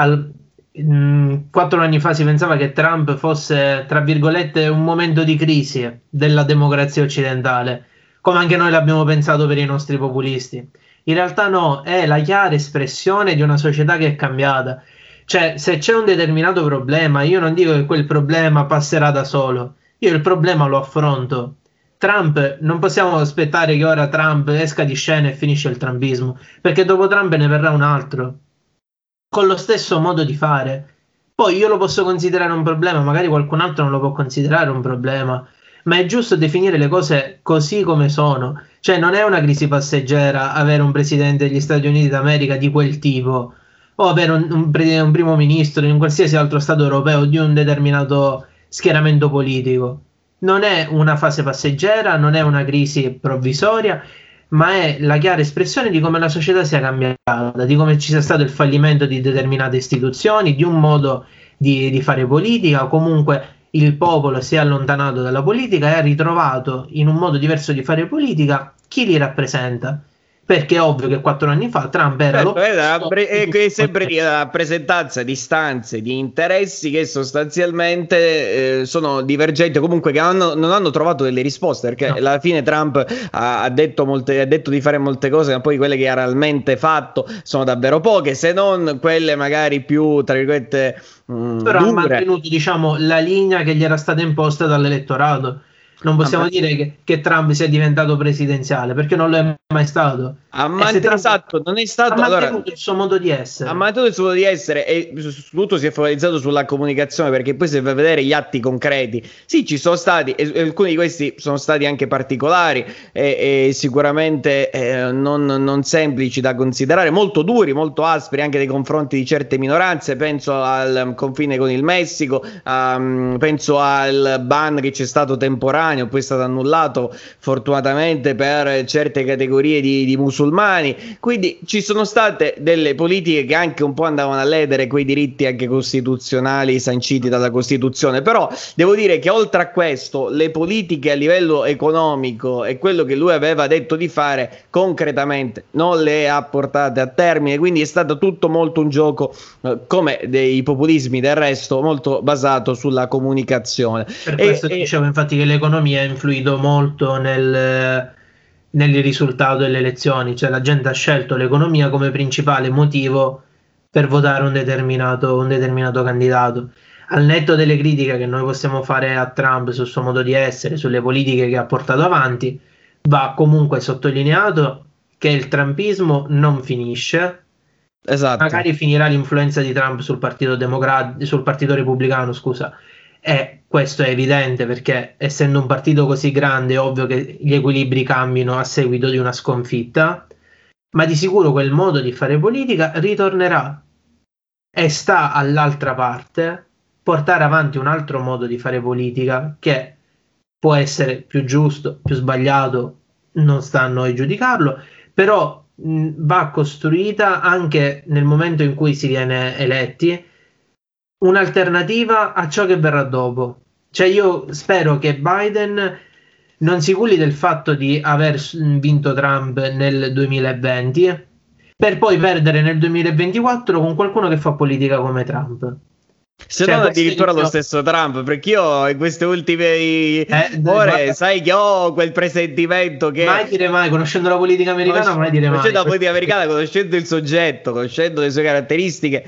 4 anni fa si pensava che Trump fosse, tra virgolette, un momento di crisi della democrazia occidentale, come anche noi l'abbiamo pensato per i nostri populisti. In realtà no, è la chiara espressione di una società che è cambiata. Cioè, se c'è un determinato problema, io non dico che quel problema passerà da solo, io il problema lo affronto. Trump, non possiamo aspettare che ora Trump esca di scena e finisce il trumpismo, perché dopo Trump ne verrà un altro, con lo stesso modo di fare. Poi io lo posso considerare un problema, magari qualcun altro non lo può considerare un problema, ma è giusto definire le cose così come sono. Cioè non è una crisi passeggera avere un presidente degli Stati Uniti d'America di quel tipo, o avere un primo ministro in qualsiasi altro stato europeo di un determinato schieramento politico. Non è una fase passeggera, non è una crisi provvisoria, ma è la chiara espressione di come la società sia cambiata, di come ci sia stato il fallimento di determinate istituzioni, di un modo di fare politica. Comunque il popolo si è allontanato dalla politica e ha ritrovato in un modo diverso di fare politica chi li rappresenta. Perché è ovvio che 4 anni fa Trump era è sempre di rappresentanza di istanze, di interessi che sostanzialmente sono divergenti, comunque che non hanno trovato delle risposte, perché alla fine Trump ha detto di fare molte cose, ma poi quelle che ha realmente fatto sono davvero poche, se non quelle magari più, tra virgolette, però ha mantenuto, diciamo, la linea che gli era stata imposta dall'elettorato. Non possiamo dire che Trump sia diventato presidenziale, perché non lo è mai stato. Esatto, non è stato. Ha mantenuto il suo modo di essere. Ha mantenuto il suo modo di essere e soprattutto si è focalizzato sulla comunicazione, perché poi se vai a vedere gli atti concreti, sì, ci sono stati, e alcuni di questi sono stati anche particolari e sicuramente non semplici da considerare, molto duri, molto aspri anche nei confronti di certe minoranze. Penso al confine con il Messico, penso al ban che c'è stato temporaneo, poi è stato annullato fortunatamente per certe categorie di musulmani. Quindi ci sono state delle politiche che anche un po' andavano a ledere quei diritti anche costituzionali sanciti dalla Costituzione. Però devo dire che oltre a questo, le politiche a livello economico e quello che lui aveva detto di fare concretamente non le ha portate a termine. Quindi è stato tutto molto un gioco, come dei populismi del resto, molto basato sulla comunicazione. Per questo dicevo infatti che l'economia ha influito molto nel risultato delle elezioni, cioè la gente ha scelto l'economia come principale motivo per votare un determinato candidato. Al netto delle critiche che noi possiamo fare a Trump sul suo modo di essere, sulle politiche che ha portato avanti, va comunque sottolineato che il trumpismo non finisce. Esatto. Magari finirà l'influenza di Trump sul partito repubblicano, scusa. E questo è evidente perché, essendo un partito così grande, è ovvio che gli equilibri cambino a seguito di una sconfitta, ma di sicuro quel modo di fare politica ritornerà e sta all'altra parte portare avanti un altro modo di fare politica che può essere più giusto, più sbagliato, non sta a noi giudicarlo, però va costruita anche nel momento in cui si viene eletti un'alternativa a ciò che verrà dopo. Cioè io spero che Biden non si culli del fatto di aver vinto Trump nel 2020 per poi perdere nel 2024 con qualcuno che fa politica come Trump. Se non addirittura lo stesso Trump, perché io in queste ultime ore sai che ho quel presentimento che mai dire mai, conoscendo la politica americana, mai dire mai. Conoscendo la politica americana, conoscendo il soggetto, conoscendo le sue caratteristiche,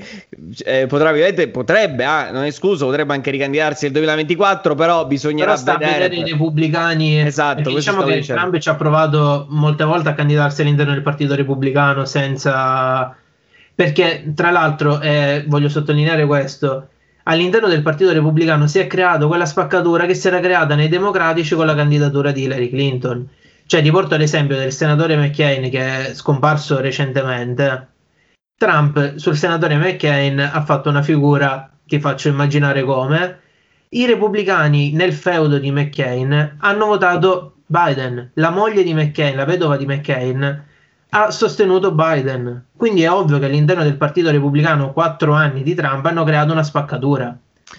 potrebbe, non è escluso, potrebbe anche ricandidarsi nel 2024, però bisognerà vedere i repubblicani. Esatto, diciamo che Trump ci ha provato molte volte a candidarsi all'interno del partito repubblicano senza... Perché tra l'altro, voglio sottolineare questo, all'interno del partito repubblicano si è creato quella spaccatura che si era creata nei democratici con la candidatura di Hillary Clinton. Cioè, ti porto l'esempio del senatore McCain che è scomparso recentemente. Trump sul senatore McCain ha fatto una figura, ti faccio immaginare come. I repubblicani nel feudo di McCain hanno votato Biden. La moglie di McCain, la vedova di McCain, ha sostenuto Biden. Quindi è ovvio che all'interno del partito repubblicano 4 anni di Trump hanno creato una spaccatura.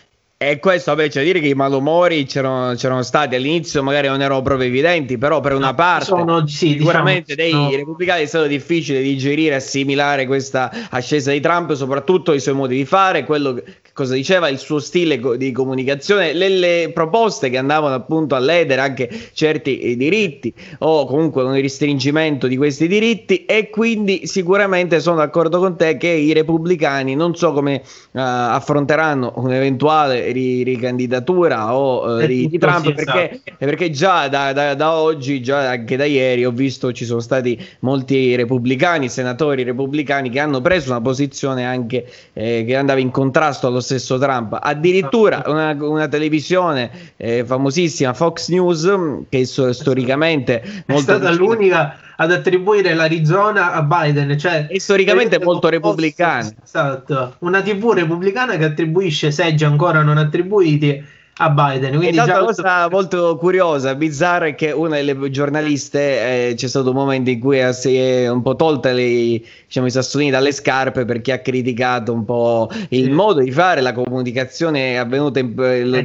E questo, c'è da dire che i malumori c'erano stati all'inizio, magari non erano proprio evidenti, però per una parte sicuramente dei repubblicani è stato difficile digerire, assimilare questa ascesa di Trump, soprattutto i suoi modi di fare, quello che cosa diceva, il suo stile di comunicazione, le proposte che andavano appunto a ledere anche certi diritti o comunque un restringimento di questi diritti. E quindi sicuramente sono d'accordo con te che i repubblicani non so come affronteranno un'eventuale ricandidatura o di Trump, perché già da oggi, già anche da ieri, ho visto ci sono stati molti repubblicani, senatori repubblicani che hanno preso una posizione anche che andava in contrasto allo stesso Trump. Addirittura una televisione famosissima, Fox News, che storicamente è stata l'unica ad attribuire l'Arizona a Biden, cioè è storicamente molto repubblicana. Esatto, una TV repubblicana che attribuisce seggi ancora non attribuiti a Biden. Quindi una cosa molto curiosa, bizzarra, è che una delle giornaliste c'è stato un momento in cui si è un po' tolta i sassolini dalle scarpe perché ha criticato un po' il modo di fare, la comunicazione avvenuta nei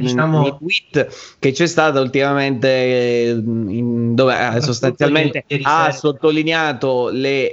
tweet che c'è stata ultimamente, dove sostanzialmente ha sottolineato le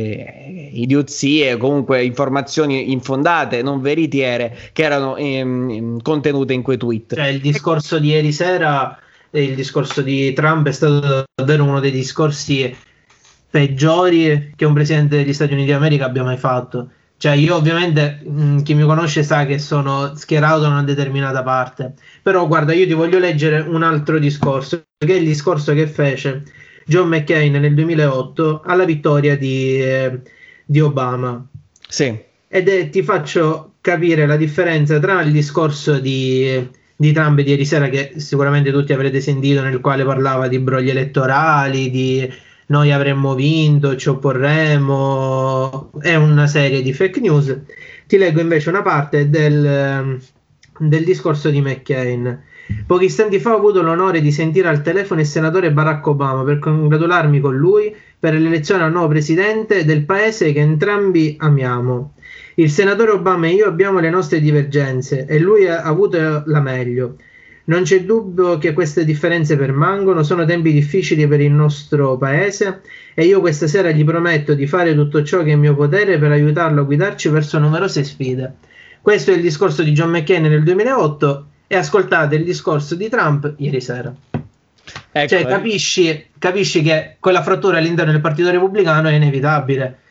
idiozie, comunque informazioni infondate, non veritiere, che erano contenute in quei tweet. Cioè, il discorso di ieri sera, il discorso di Trump è stato davvero uno dei discorsi peggiori che un presidente degli Stati Uniti d'America abbia mai fatto, Cioè, io ovviamente, chi mi conosce sa che sono schierato da una determinata parte, però guarda, io ti voglio leggere un altro discorso, che è il discorso che fece John McCain nel 2008 alla vittoria di Obama. Sì. Ti faccio capire la differenza tra il discorso di Trump di ieri sera, che sicuramente tutti avrete sentito, nel quale parlava di brogli elettorali, di noi avremmo vinto, ci opporremo, è una serie di fake news. Ti leggo invece una parte del discorso di McCain. Pochi istanti fa ho avuto l'onore di sentire al telefono il senatore Barack Obama per congratularmi con lui per l'elezione al nuovo presidente del paese che entrambi amiamo. Il senatore Obama e io abbiamo le nostre divergenze e lui ha avuto la meglio. Non c'è dubbio che queste differenze permangono, sono tempi difficili per il nostro paese e io questa sera gli prometto di fare tutto ciò che è in mio potere per aiutarlo a guidarci verso numerose sfide. Questo è il discorso di John McCain nel 2008 e ascoltate il discorso di Trump ieri sera. Ecco, cioè, capisci che quella frattura all'interno del Partito Repubblicano è inevitabile.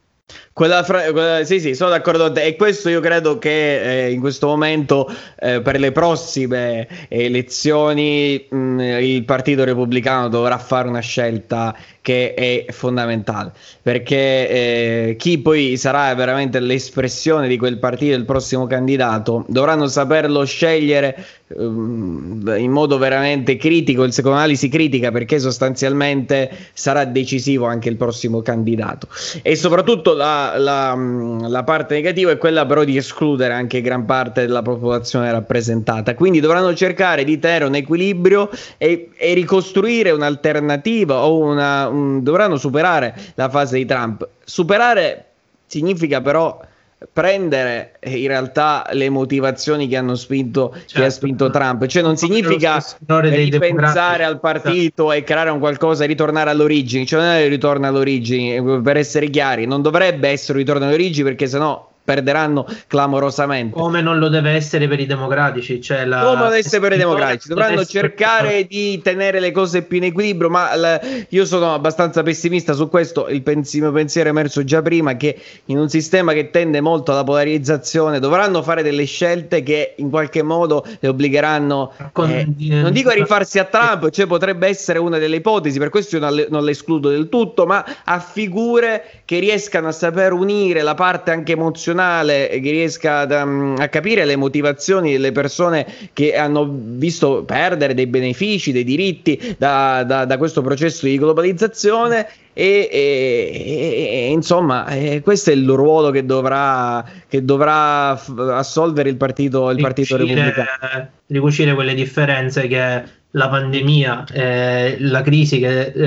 Sì, sono d'accordo con te, e questo io credo che in questo momento per le prossime elezioni il Partito Repubblicano dovrà fare una scelta che è fondamentale, perché chi poi sarà veramente l'espressione di quel partito, il prossimo candidato, dovranno saperlo scegliere in modo veramente critico, con analisi critica, perché sostanzialmente sarà decisivo anche il prossimo candidato. E soprattutto la parte negativa è quella però di escludere anche gran parte della popolazione rappresentata, quindi dovranno cercare di tenere un equilibrio e ricostruire un'alternativa o dovranno superare la fase di Trump. Superare significa però prendere in realtà le motivazioni che hanno spinto, che ha spinto Trump, cioè non significa ripensare al partito e creare un qualcosa e ritornare all'origine, cioè non è il ritorno all'origine, per essere chiari, non dovrebbe essere un ritorno all'origine, perché sennò perderanno clamorosamente. Come non lo deve essere per i democratici, cioè come lo deve essere per i democratici, dovranno cercare di tenere le cose più in equilibrio, ma io sono abbastanza pessimista su questo. Il mio pensiero è emerso già prima, che in un sistema che tende molto alla polarizzazione dovranno fare delle scelte che in qualche modo le obbligheranno, non dico a rifarsi a Trump, cioè potrebbe essere una delle ipotesi, per questo io non l'escludo del tutto, ma a figure che riescano a saper unire la parte anche emozionale, che riesca a capire le motivazioni delle persone che hanno visto perdere dei benefici, dei diritti da questo processo di globalizzazione, e insomma questo è il ruolo che dovrà assolvere il partito repubblicano. Ricucire quelle differenze che la pandemia, la crisi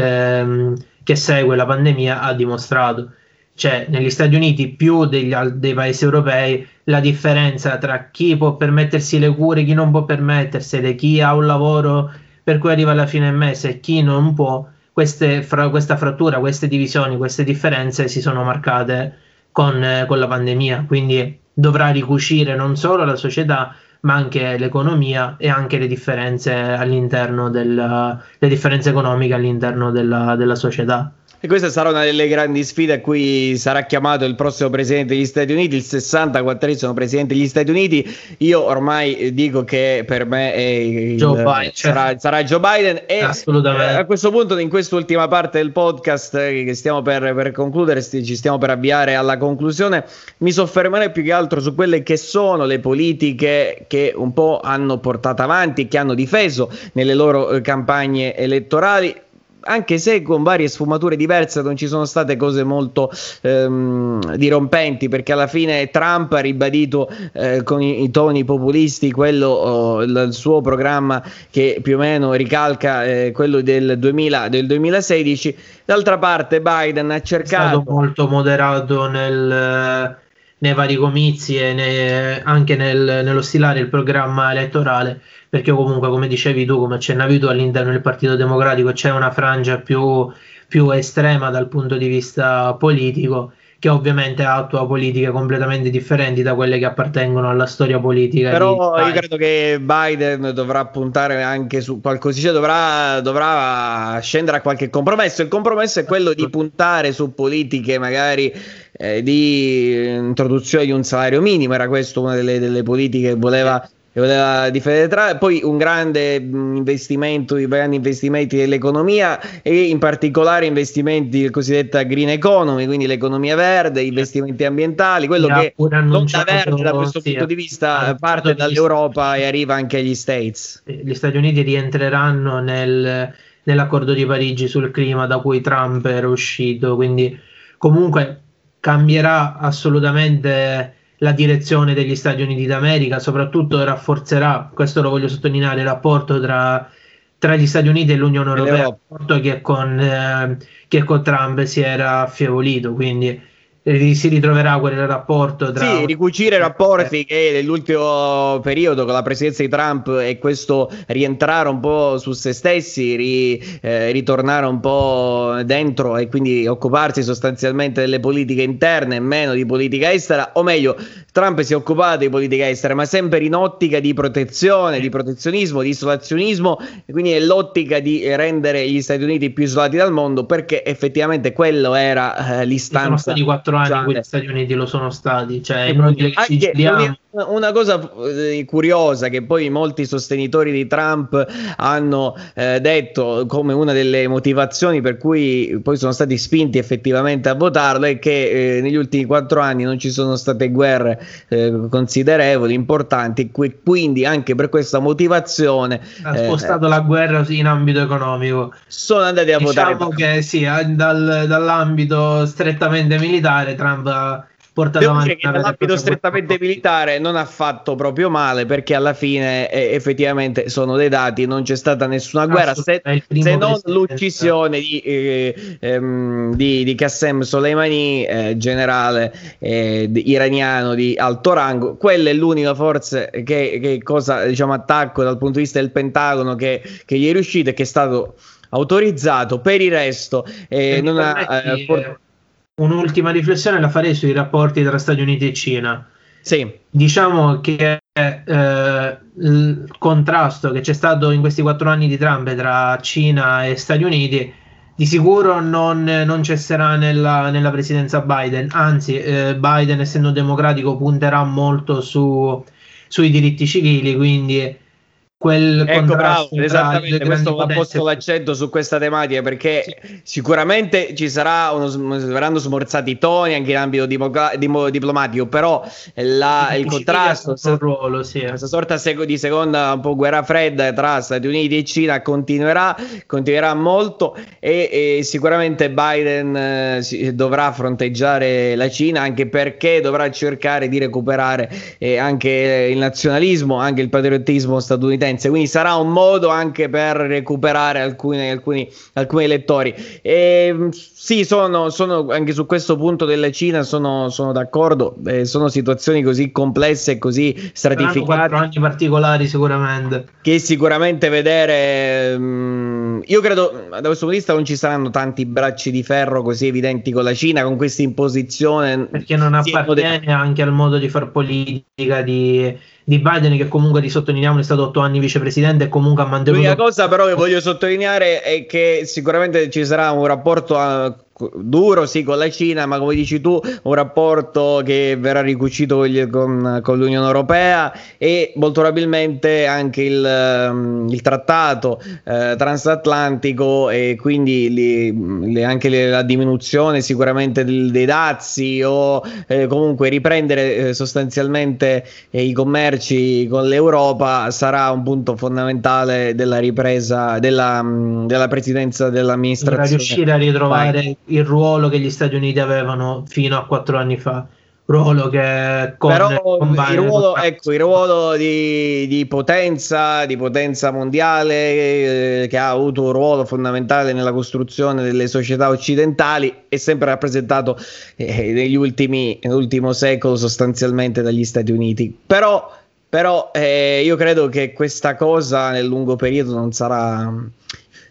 che segue la pandemia ha dimostrato. Cioè, negli Stati Uniti più dei paesi europei, la differenza tra chi può permettersi le cure e chi non può permettersele, chi ha un lavoro per cui arriva alla fine mese e chi non può, questa frattura, queste divisioni, queste differenze si sono marcate con la pandemia. Quindi dovrà ricucire non solo la società, ma anche l'economia e anche le differenze all'interno le differenze economiche all'interno della società. E questa sarà una delle grandi sfide a cui sarà chiamato il prossimo presidente degli Stati Uniti, il 64esimo presidente degli Stati Uniti. Io ormai dico che per me è sarà Joe Biden, e assolutamente. A questo punto, in quest'ultima parte del podcast che stiamo per concludere, ci stiamo per avviare alla conclusione, mi soffermerei più che altro su quelle che sono le politiche che un po' hanno portato avanti e che hanno difeso nelle loro campagne elettorali, anche se con varie sfumature diverse. Non ci sono state cose molto dirompenti, perché alla fine Trump ha ribadito con i toni populisti il suo programma, che più o meno ricalca quello del 2016. D'altra parte Biden ha cercato, è stato molto moderato nei vari comizi e anche nello stilare il programma elettorale, perché comunque, come dicevi tu, come accennavi tu, all'interno del Partito Democratico c'è una frangia più estrema dal punto di vista politico, che ovviamente attua politiche completamente differenti da quelle che appartengono alla storia politica. Però io credo che Biden dovrà puntare anche su qualcosa, cioè dovrà scendere a qualche compromesso. Il compromesso è quello di puntare su politiche magari di introduzione di un salario minimo, era questa una delle politiche che voleva difendere Trump. Poi un grande investimento, i grandi investimenti dell'economia e in particolare investimenti del cosiddetta green economy, quindi l'economia verde, investimenti ambientali, quello che l'onda verde da questo punto di vista parte dall'Europa e arriva anche agli States. Gli Stati Uniti rientreranno nell'accordo di Parigi sul clima da cui Trump era uscito, quindi comunque cambierà assolutamente la direzione degli Stati Uniti d'America, soprattutto rafforzerà, questo lo voglio sottolineare, il rapporto tra gli Stati Uniti e l'Unione Europea, rapporto che con Trump si era affievolito, quindi si ritroverà quel rapporto tra... Sì, ricucire rapporti che nell'ultimo periodo con la presidenza di Trump e questo rientrare un po' su se stessi, ritornare un po' dentro e quindi occuparsi sostanzialmente delle politiche interne e meno di politica estera, o meglio, Trump si è occupato di politica estera ma sempre in ottica di protezione, di protezionismo, di isolazionismo, e quindi nell'ottica di rendere gli Stati Uniti più isolati dal mondo, perché effettivamente quello era l'istanza. Sono stati 4 anni in cui gli Stati Uniti lo sono stati, cioè è inutile che ci giriamo. Una cosa curiosa che poi molti sostenitori di Trump hanno detto come una delle motivazioni per cui poi sono stati spinti effettivamente a votarlo è che negli ultimi 4 anni non ci sono state guerre considerevoli, importanti, quindi anche per questa motivazione ha spostato la guerra in ambito economico. Sono andati a votare. Diciamo che sì, dall'ambito strettamente militare Trump ha portato avanti che nell'ambito strettamente militare non ha fatto proprio male, perché alla fine effettivamente sono dei dati, non c'è stata nessuna guerra se non l'uccisione di Qassem Soleimani, generale iraniano di alto rango. Quella è l'unica forse che cosa, diciamo, attacco dal punto di vista del Pentagono che gli è riuscito e che è stato autorizzato. Per il resto non ha un'ultima riflessione la farei sui rapporti tra Stati Uniti e Cina. Sì. Diciamo che il contrasto che c'è stato in questi 4 anni di Trump tra Cina e Stati Uniti di sicuro non cesserà nella presidenza Biden, anzi Biden, essendo democratico, punterà molto sui diritti civili, quindi ecco, bravo, esattamente, questo ha posto l'accento su questa tematica, perché sì, sicuramente ci saranno smorzati i toni anche in ambito diplomatico, però il contrasto, ruolo, sì, questa sorta di seconda un po' guerra fredda tra Stati Uniti e Cina continuerà molto, e sicuramente Biden dovrà fronteggiare la Cina, anche perché dovrà cercare di recuperare anche il nazionalismo, anche il patriottismo statunitense. Quindi sarà un modo anche per recuperare alcuni elettori. Sì, sono anche su questo punto della Cina sono d'accordo. Sono situazioni così complesse e così stratificate. 4 anni particolari sicuramente. Che sicuramente vedere, io credo da questo punto di vista non ci saranno tanti bracci di ferro così evidenti con la Cina, con questa imposizione. Perché non appartiene anche al modo di far politica di Biden, che comunque, risottolineiamo, è stato 8 anni vicepresidente e comunque ha mantenuto. L'unica cosa però che voglio sottolineare è che sicuramente ci sarà un rapporto duro, sì, con la Cina, ma come dici tu, un rapporto che verrà ricucito con l'Unione Europea, e molto probabilmente anche il trattato transatlantico, e quindi anche la diminuzione sicuramente dei dazi, o comunque riprendere sostanzialmente i commerci con l'Europa sarà un punto fondamentale della ripresa della presidenza dell'amministrazione. Per riuscire a ritrovare il ruolo che gli Stati Uniti avevano fino a 4 anni fa, ruolo che il ruolo di potenza mondiale, che ha avuto un ruolo fondamentale nella costruzione delle società occidentali, è sempre rappresentato nell'ultimo secolo sostanzialmente dagli Stati Uniti. Però io credo che questa cosa nel lungo periodo non sarà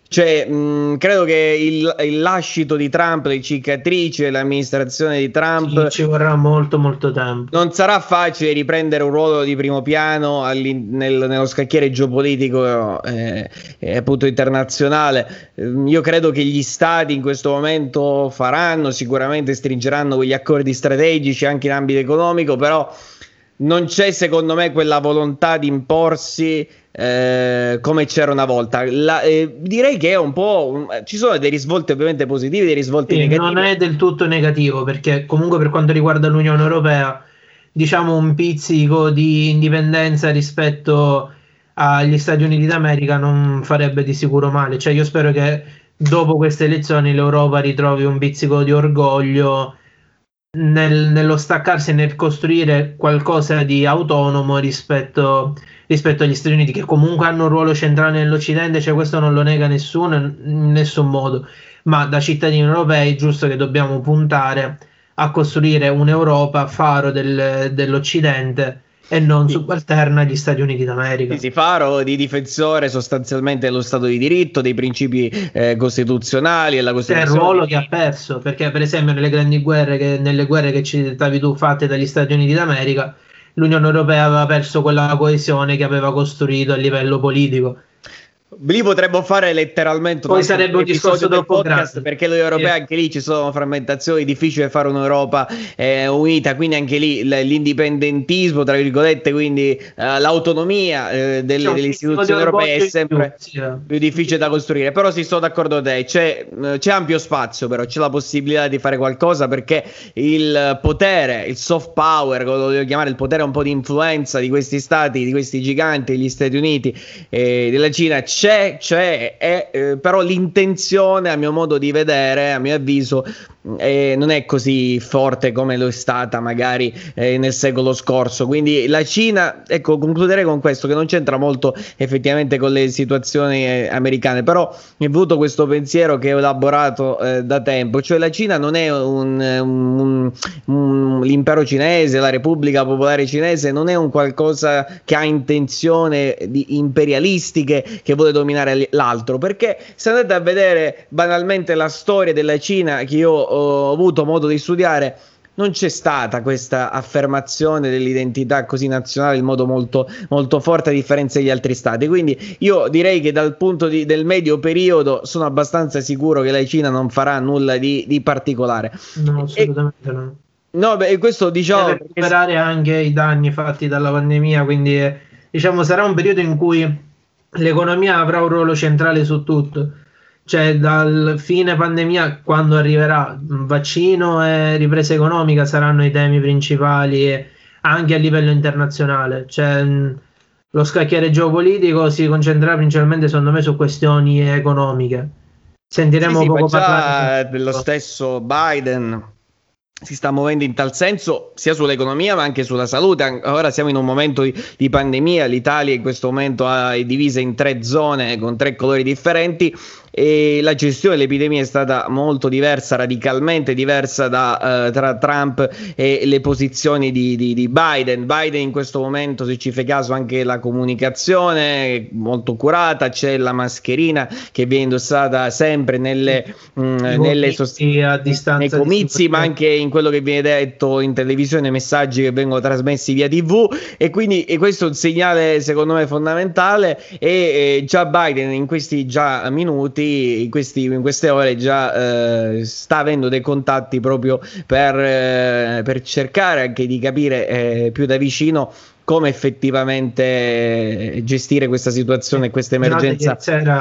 Cioè, credo che il lascito di Trump, le cicatrici dell'amministrazione di Trump, ci vorrà molto molto tempo. non sarà facile riprendere un ruolo di primo piano nello scacchiere geopolitico appunto internazionale. Io credo che gli stati in questo momento sicuramente stringeranno quegli accordi strategici anche in ambito economico, però non c'è secondo me quella volontà di imporsi come c'era una volta. Direi che è un po'. Ci sono dei risvolti ovviamente positivi, dei risvolti negativi. Non è del tutto negativo, perché comunque per quanto riguarda l'Unione Europea, diciamo un pizzico di indipendenza rispetto agli Stati Uniti d'America non farebbe di sicuro male. Cioè io spero che dopo queste elezioni l'Europa ritrovi un pizzico di orgoglio nello staccarsi e nel costruire qualcosa di autonomo rispetto agli Stati Uniti, che comunque hanno un ruolo centrale nell'Occidente, cioè questo non lo nega nessuno in nessun modo, ma da cittadini europei è giusto che dobbiamo puntare a costruire un'Europa faro dell'Occidente e non subalterna agli Stati Uniti d'America. Sì, faro di difensore sostanzialmente dello Stato di diritto, dei principi costituzionali e la Costituzione. È il ruolo che ha perso, perché per esempio nelle grandi guerre, nelle guerre che citavi tu fatte dagli Stati Uniti d'America, l'Unione Europea aveva perso quella coesione che aveva costruito a livello politico. Lì potremmo fare letteralmente poi sarebbe un discorso del troppo podcast grande, perché l'Unione Europea anche lì ci sono frammentazioni, è difficile fare un'Europa unita, quindi anche lì l'indipendentismo tra virgolette, quindi l'autonomia delle istituzioni europee è sempre più difficile da costruire. Però sì, sto d'accordo con te, c'è ampio spazio, però c'è la possibilità di fare qualcosa, perché il potere, il soft power, come lo devo chiamare, il potere un po' di influenza di questi stati, di questi giganti, degli Stati Uniti e della Cina però l'intenzione, a mio modo di vedere, a mio avviso, non è così forte come lo è stata magari nel secolo scorso. Quindi la Cina, ecco, concluderei con questo, che non c'entra molto effettivamente con le situazioni americane, però mi è venuto questo pensiero che ho elaborato da tempo, cioè la Cina non è l'impero cinese, la Repubblica Popolare Cinese non è un qualcosa che ha intenzione di imperialistiche, che vuole dominare l'altro, perché se andate a vedere banalmente la storia della Cina, che io ho avuto modo di studiare, non c'è stata questa affermazione dell'identità così nazionale in modo molto, molto forte, a differenza degli altri stati. Quindi io direi che dal punto del medio periodo sono abbastanza sicuro che la Cina non farà nulla di particolare. No, assolutamente no. No, beh, questo diciamo deve recuperare anche i danni fatti dalla pandemia, quindi diciamo sarà un periodo in cui l'economia avrà un ruolo centrale su tutto. Cioè dal fine pandemia, quando arriverà vaccino e ripresa economica, saranno i temi principali anche a livello internazionale. Cioè, lo scacchiere geopolitico si concentrerà principalmente, secondo me, su questioni economiche. Sentiremo poco parlare dello stesso Biden. Si sta muovendo in tal senso sia sull'economia ma anche sulla salute. Ora siamo in un momento di pandemia, l'Italia in questo momento è divisa in 3 zone con 3 colori differenti e la gestione dell'epidemia è stata molto diversa, radicalmente diversa tra Trump e le posizioni di Biden. Biden in questo momento, se ci fai caso, anche la comunicazione molto curata, c'è la mascherina che viene indossata sempre nei comizi, ma anche in quello che viene detto in televisione, messaggi che vengono trasmessi via TV, e quindi questo è un segnale secondo me fondamentale. E già Biden in questi minuti, in queste ore già sta avendo dei contatti proprio per cercare anche di capire più da vicino come effettivamente gestire questa situazione e questa emergenza.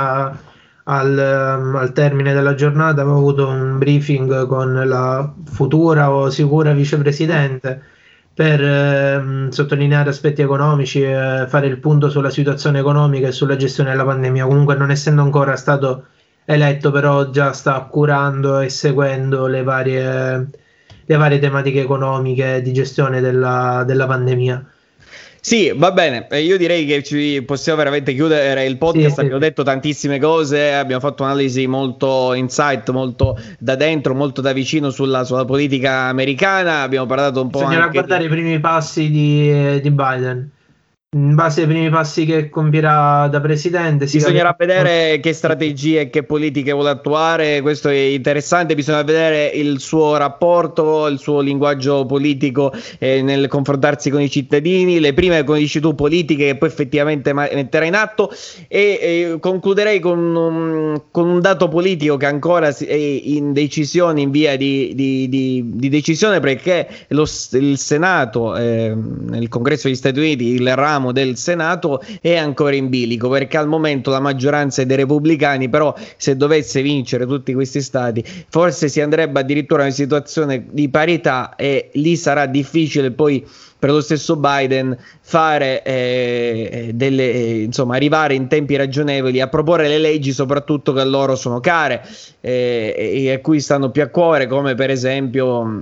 Al termine della giornata avevo avuto un briefing con la futura o sicura vicepresidente per sottolineare aspetti economici e fare il punto sulla situazione economica e sulla gestione della pandemia. Comunque, non essendo ancora stato eletto, però già sta curando e seguendo le varie tematiche economiche di gestione della pandemia. Sì, va bene, io direi che ci possiamo veramente chiudere il podcast. Sì. Abbiamo detto tantissime cose, abbiamo fatto un'analisi molto insight, molto da dentro, molto da vicino sulla politica americana, abbiamo parlato un po' Bisognerà guardare i primi passi di Biden. in base ai primi passi che compirà da presidente. Bisognerà vedere che strategie e che politiche vuole attuare, questo è interessante, bisogna vedere il suo rapporto, il suo linguaggio politico nel confrontarsi con i cittadini, le prime, come dici tu, politiche che poi effettivamente metterà in atto e concluderei con un dato politico che ancora è in decisione, in via di decisione, perché il Senato, nel Congresso degli Stati Uniti, il ramo del Senato è ancora in bilico, perché al momento la maggioranza è dei repubblicani, però se dovesse vincere tutti questi stati forse si andrebbe addirittura in una situazione di parità e lì sarà difficile poi per lo stesso Biden fare insomma, arrivare in tempi ragionevoli a proporre le leggi, soprattutto che a loro sono care e a cui stanno più a cuore, come per esempio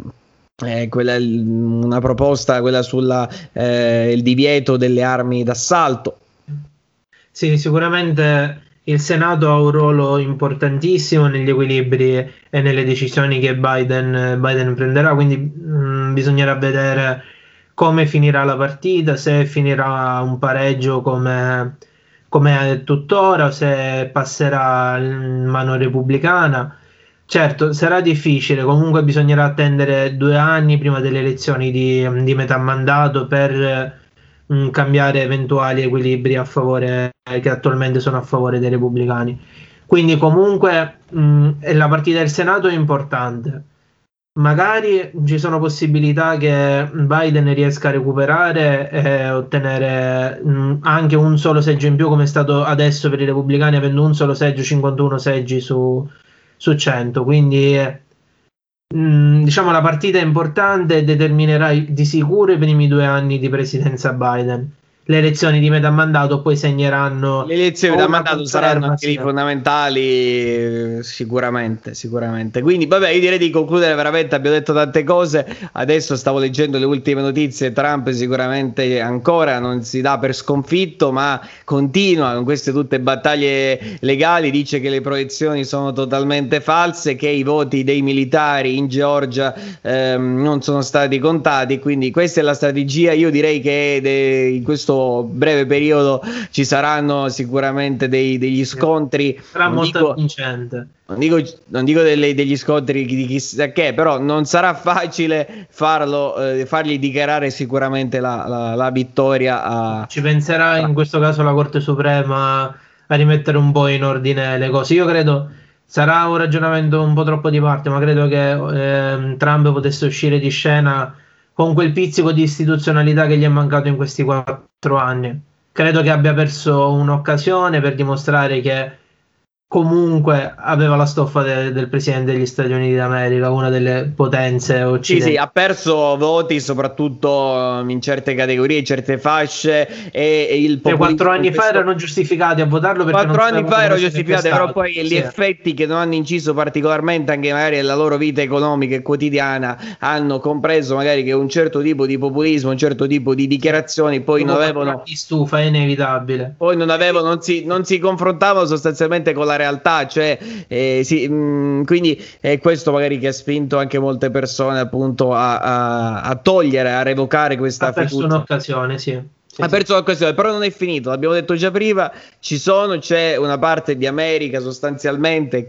una proposta, quella sul divieto delle armi d'assalto. Sì, sicuramente il Senato ha un ruolo importantissimo negli equilibri e nelle decisioni che Biden prenderà, quindi bisognerà vedere come finirà la partita, se finirà un pareggio come è tuttora, o se passerà in mano repubblicana. Certo, sarà difficile, comunque bisognerà attendere 2 anni prima delle elezioni di metà mandato per cambiare eventuali equilibri a favore, che attualmente sono a favore dei repubblicani. Quindi comunque la partita del Senato è importante. Magari ci sono possibilità che Biden riesca a recuperare e ottenere anche un solo seggio in più, come è stato adesso per i repubblicani, avendo un solo seggio, 51 seggi su 100. Quindi diciamo la partita è importante e determinerà di sicuro i primi 2 anni di presidenza Biden. Le elezioni di metà mandato poi segneranno. Le elezioni da mandato saranno anche fondamentali, sicuramente. Quindi, vabbè, io direi di concludere veramente. Abbiamo detto tante cose. Adesso stavo leggendo le ultime notizie. Trump sicuramente ancora non si dà per sconfitto, ma continua con queste tutte battaglie legali. Dice che le proiezioni sono totalmente false, che i voti dei militari in Georgia non sono stati contati. Quindi, questa è la strategia. Io direi che in questo breve periodo ci saranno sicuramente degli scontri. Sarà molto vincente. Non dico degli scontri di chissà che, però non sarà facile fargli dichiarare sicuramente la vittoria. Ci penserà in questo caso la Corte Suprema a rimettere un po' in ordine le cose. Io credo sarà un ragionamento un po' troppo di parte, ma credo che Trump potesse uscire di scena con quel pizzico di istituzionalità che gli è mancato in questi 4 anni. Credo che abbia perso un'occasione per dimostrare che comunque aveva la stoffa del presidente degli Stati Uniti d'America, una delle potenze occidentali. Sì, ha perso voti soprattutto in certe categorie, in certe fasce e il 4 anni fa erano giustificati a votarlo perché 4 anni fa erano giustificati, però poi gli effetti che non hanno inciso particolarmente anche magari nella loro vita economica e quotidiana hanno compreso magari che un certo tipo di populismo, un certo tipo di dichiarazioni poi non avevano stufa, è inevitabile. Poi non si confrontavano sostanzialmente con la realtà, cioè quindi è questo magari che ha spinto anche molte persone appunto a togliere, a revocare questa fiducia. Ha perso un'occasione, sì. Ha perso l'occasione, però non è finito, l'abbiamo detto già prima, c'è una parte di America sostanzialmente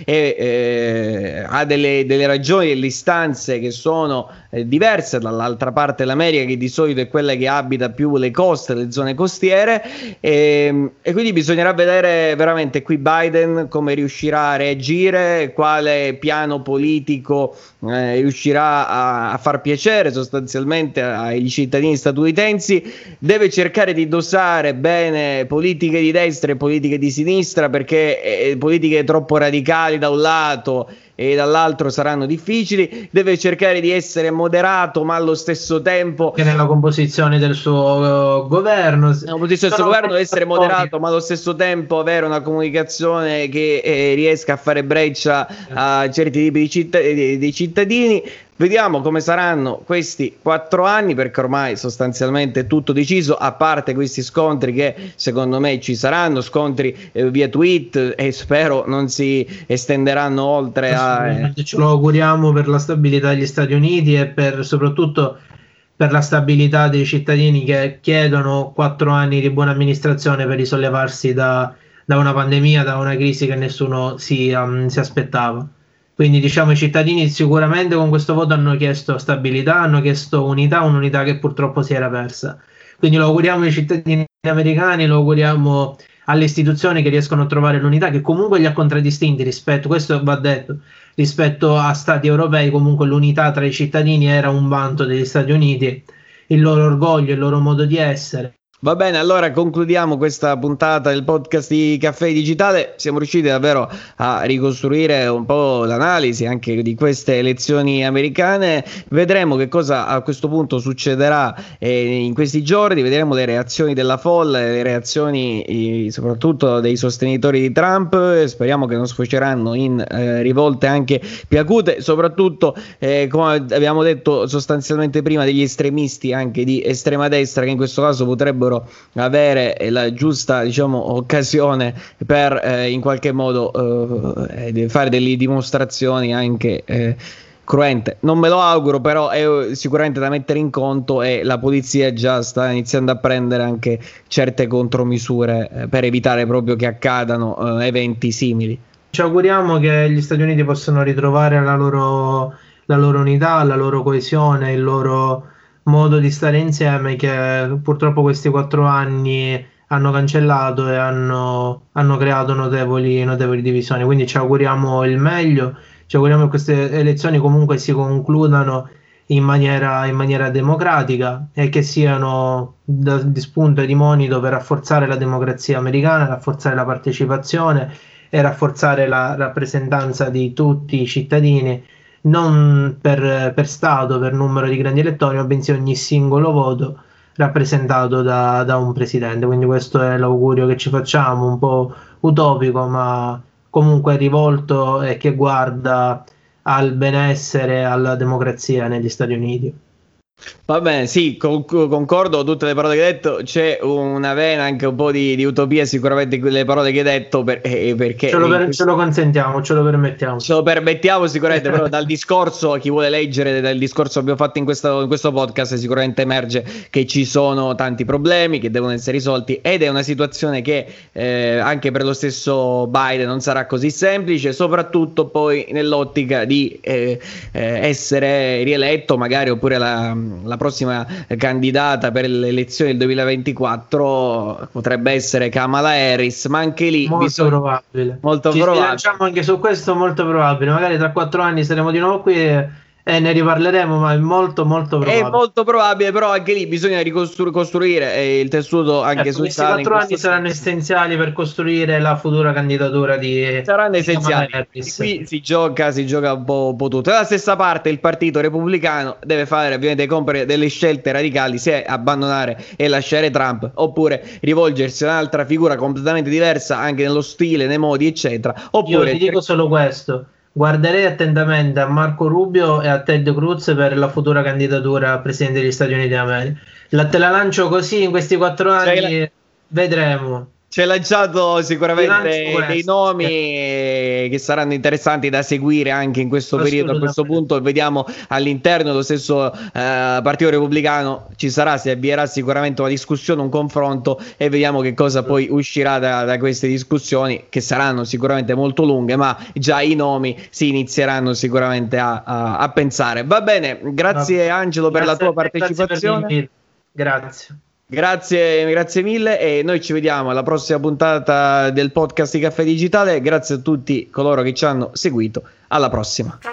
che ha delle ragioni, delle istanze che sono diverse dall'altra parte dell'America, che di solito è quella che abita più le coste, le zone costiere, e quindi bisognerà vedere veramente qui Biden come riuscirà a reagire, quale piano politico riuscirà a far piacere sostanzialmente ai cittadini statunitensi. Deve cercare di dosare bene politiche di destra e politiche di sinistra, perché politiche troppo radicali da un lato e dall'altro saranno difficili. Deve cercare di essere moderato, ma allo stesso tempo che nella composizione del suo governo, deve essere moderato, ma allo stesso tempo avere una comunicazione che riesca a fare breccia a certi tipi di cittadini. Vediamo come saranno questi 4 anni, perché ormai sostanzialmente è tutto deciso, a parte questi scontri che secondo me ci saranno, scontri via tweet, e spero non si estenderanno oltre ce lo auguriamo per la stabilità degli Stati Uniti e per soprattutto per la stabilità dei cittadini che chiedono 4 anni di buona amministrazione per risollevarsi da una pandemia, da una crisi che nessuno si aspettava. Quindi diciamo i cittadini sicuramente con questo voto hanno chiesto stabilità, hanno chiesto un'unità che purtroppo si era persa. Quindi lo auguriamo ai cittadini americani, lo auguriamo alle istituzioni che riescono a trovare l'unità, che comunque li ha contraddistinti rispetto, questo va detto, rispetto a stati europei. Comunque l'unità tra i cittadini era un vanto degli Stati Uniti, il loro orgoglio, il loro modo di essere. Va bene, allora concludiamo questa puntata del podcast di Caffè Digitale. Siamo riusciti davvero a ricostruire un po' l'analisi anche di queste elezioni americane. Vedremo che cosa a questo punto succederà in questi giorni, vedremo le reazioni della folla, le reazioni soprattutto dei sostenitori di Trump. Speriamo che non sfoceranno in rivolte anche più acute, soprattutto come abbiamo detto sostanzialmente prima, degli estremisti anche di estrema destra, che in questo caso potrebbero avere la giusta, diciamo, occasione per in qualche modo fare delle dimostrazioni anche cruente. Non me lo auguro, però è sicuramente da mettere in conto, e la polizia già sta iniziando a prendere anche certe contromisure per evitare proprio che accadano eventi simili. Ci auguriamo che gli Stati Uniti possano ritrovare la loro unità, la loro coesione, il loro modo di stare insieme, che purtroppo questi 4 anni hanno cancellato e hanno creato notevoli divisioni. Quindi ci auguriamo il meglio, ci auguriamo che queste elezioni comunque si concludano in maniera democratica e che siano di spunto e di monito per rafforzare la democrazia americana, rafforzare la partecipazione e rafforzare la rappresentanza di tutti i cittadini, non per Stato, per numero di grandi elettori, ma bensì ogni singolo voto rappresentato da un presidente. Quindi questo è l'augurio che ci facciamo, un po' utopico, ma comunque rivolto e che guarda al benessere, alla democrazia negli Stati Uniti. Va bene, sì, concordo con tutte le parole che hai detto. C'è una vena anche un po' di utopia sicuramente in quelle parole che hai detto, perché ce lo consentiamo, ce lo permettiamo. Ce lo permettiamo sicuramente, però dal discorso, chi vuole leggere dal discorso che abbiamo fatto in questo podcast, sicuramente emerge che ci sono tanti problemi che devono essere risolti, ed è una situazione che anche per lo stesso Biden non sarà così semplice, soprattutto poi nell'ottica di essere rieletto magari, oppure la prossima candidata per le elezioni del 2024 potrebbe essere Kamala Harris, ma anche lì molto probabile. Ci sbilanciamo anche su questo, molto probabile. Magari tra 4 anni saremo di nuovo qui e ne riparleremo, ma è molto probabile. È molto probabile, però anche lì bisogna ricostruire il tessuto anche su questi 4 anni saranno essenziali per costruire la futura candidatura di saranno essenziali. Qui si gioca un po' tutto. Dalla stessa parte il partito repubblicano deve fare ovviamente compiere delle scelte radicali, se abbandonare e lasciare Trump, oppure rivolgersi a un'altra figura completamente diversa anche nello stile, nei modi eccetera. Oppure io ti dico solo questo: guarderei attentamente a Marco Rubio e a Ted Cruz per la futura candidatura a Presidente degli Stati Uniti d'America. Te la lancio così in questi 4 anni, vedremo. Ci hai lanciato sicuramente dei nomi che saranno interessanti da seguire anche in questo periodo. A questo punto vediamo all'interno dello stesso Partito Repubblicano si avvierà sicuramente una discussione, un confronto, e vediamo che cosa poi uscirà da queste discussioni, che saranno sicuramente molto lunghe, ma già i nomi si inizieranno sicuramente a pensare. Va bene, grazie Angelo per la tua partecipazione. Grazie mille, e noi ci vediamo alla prossima puntata del podcast di Caffè Digitale. Grazie a tutti coloro che ci hanno seguito. Alla prossima.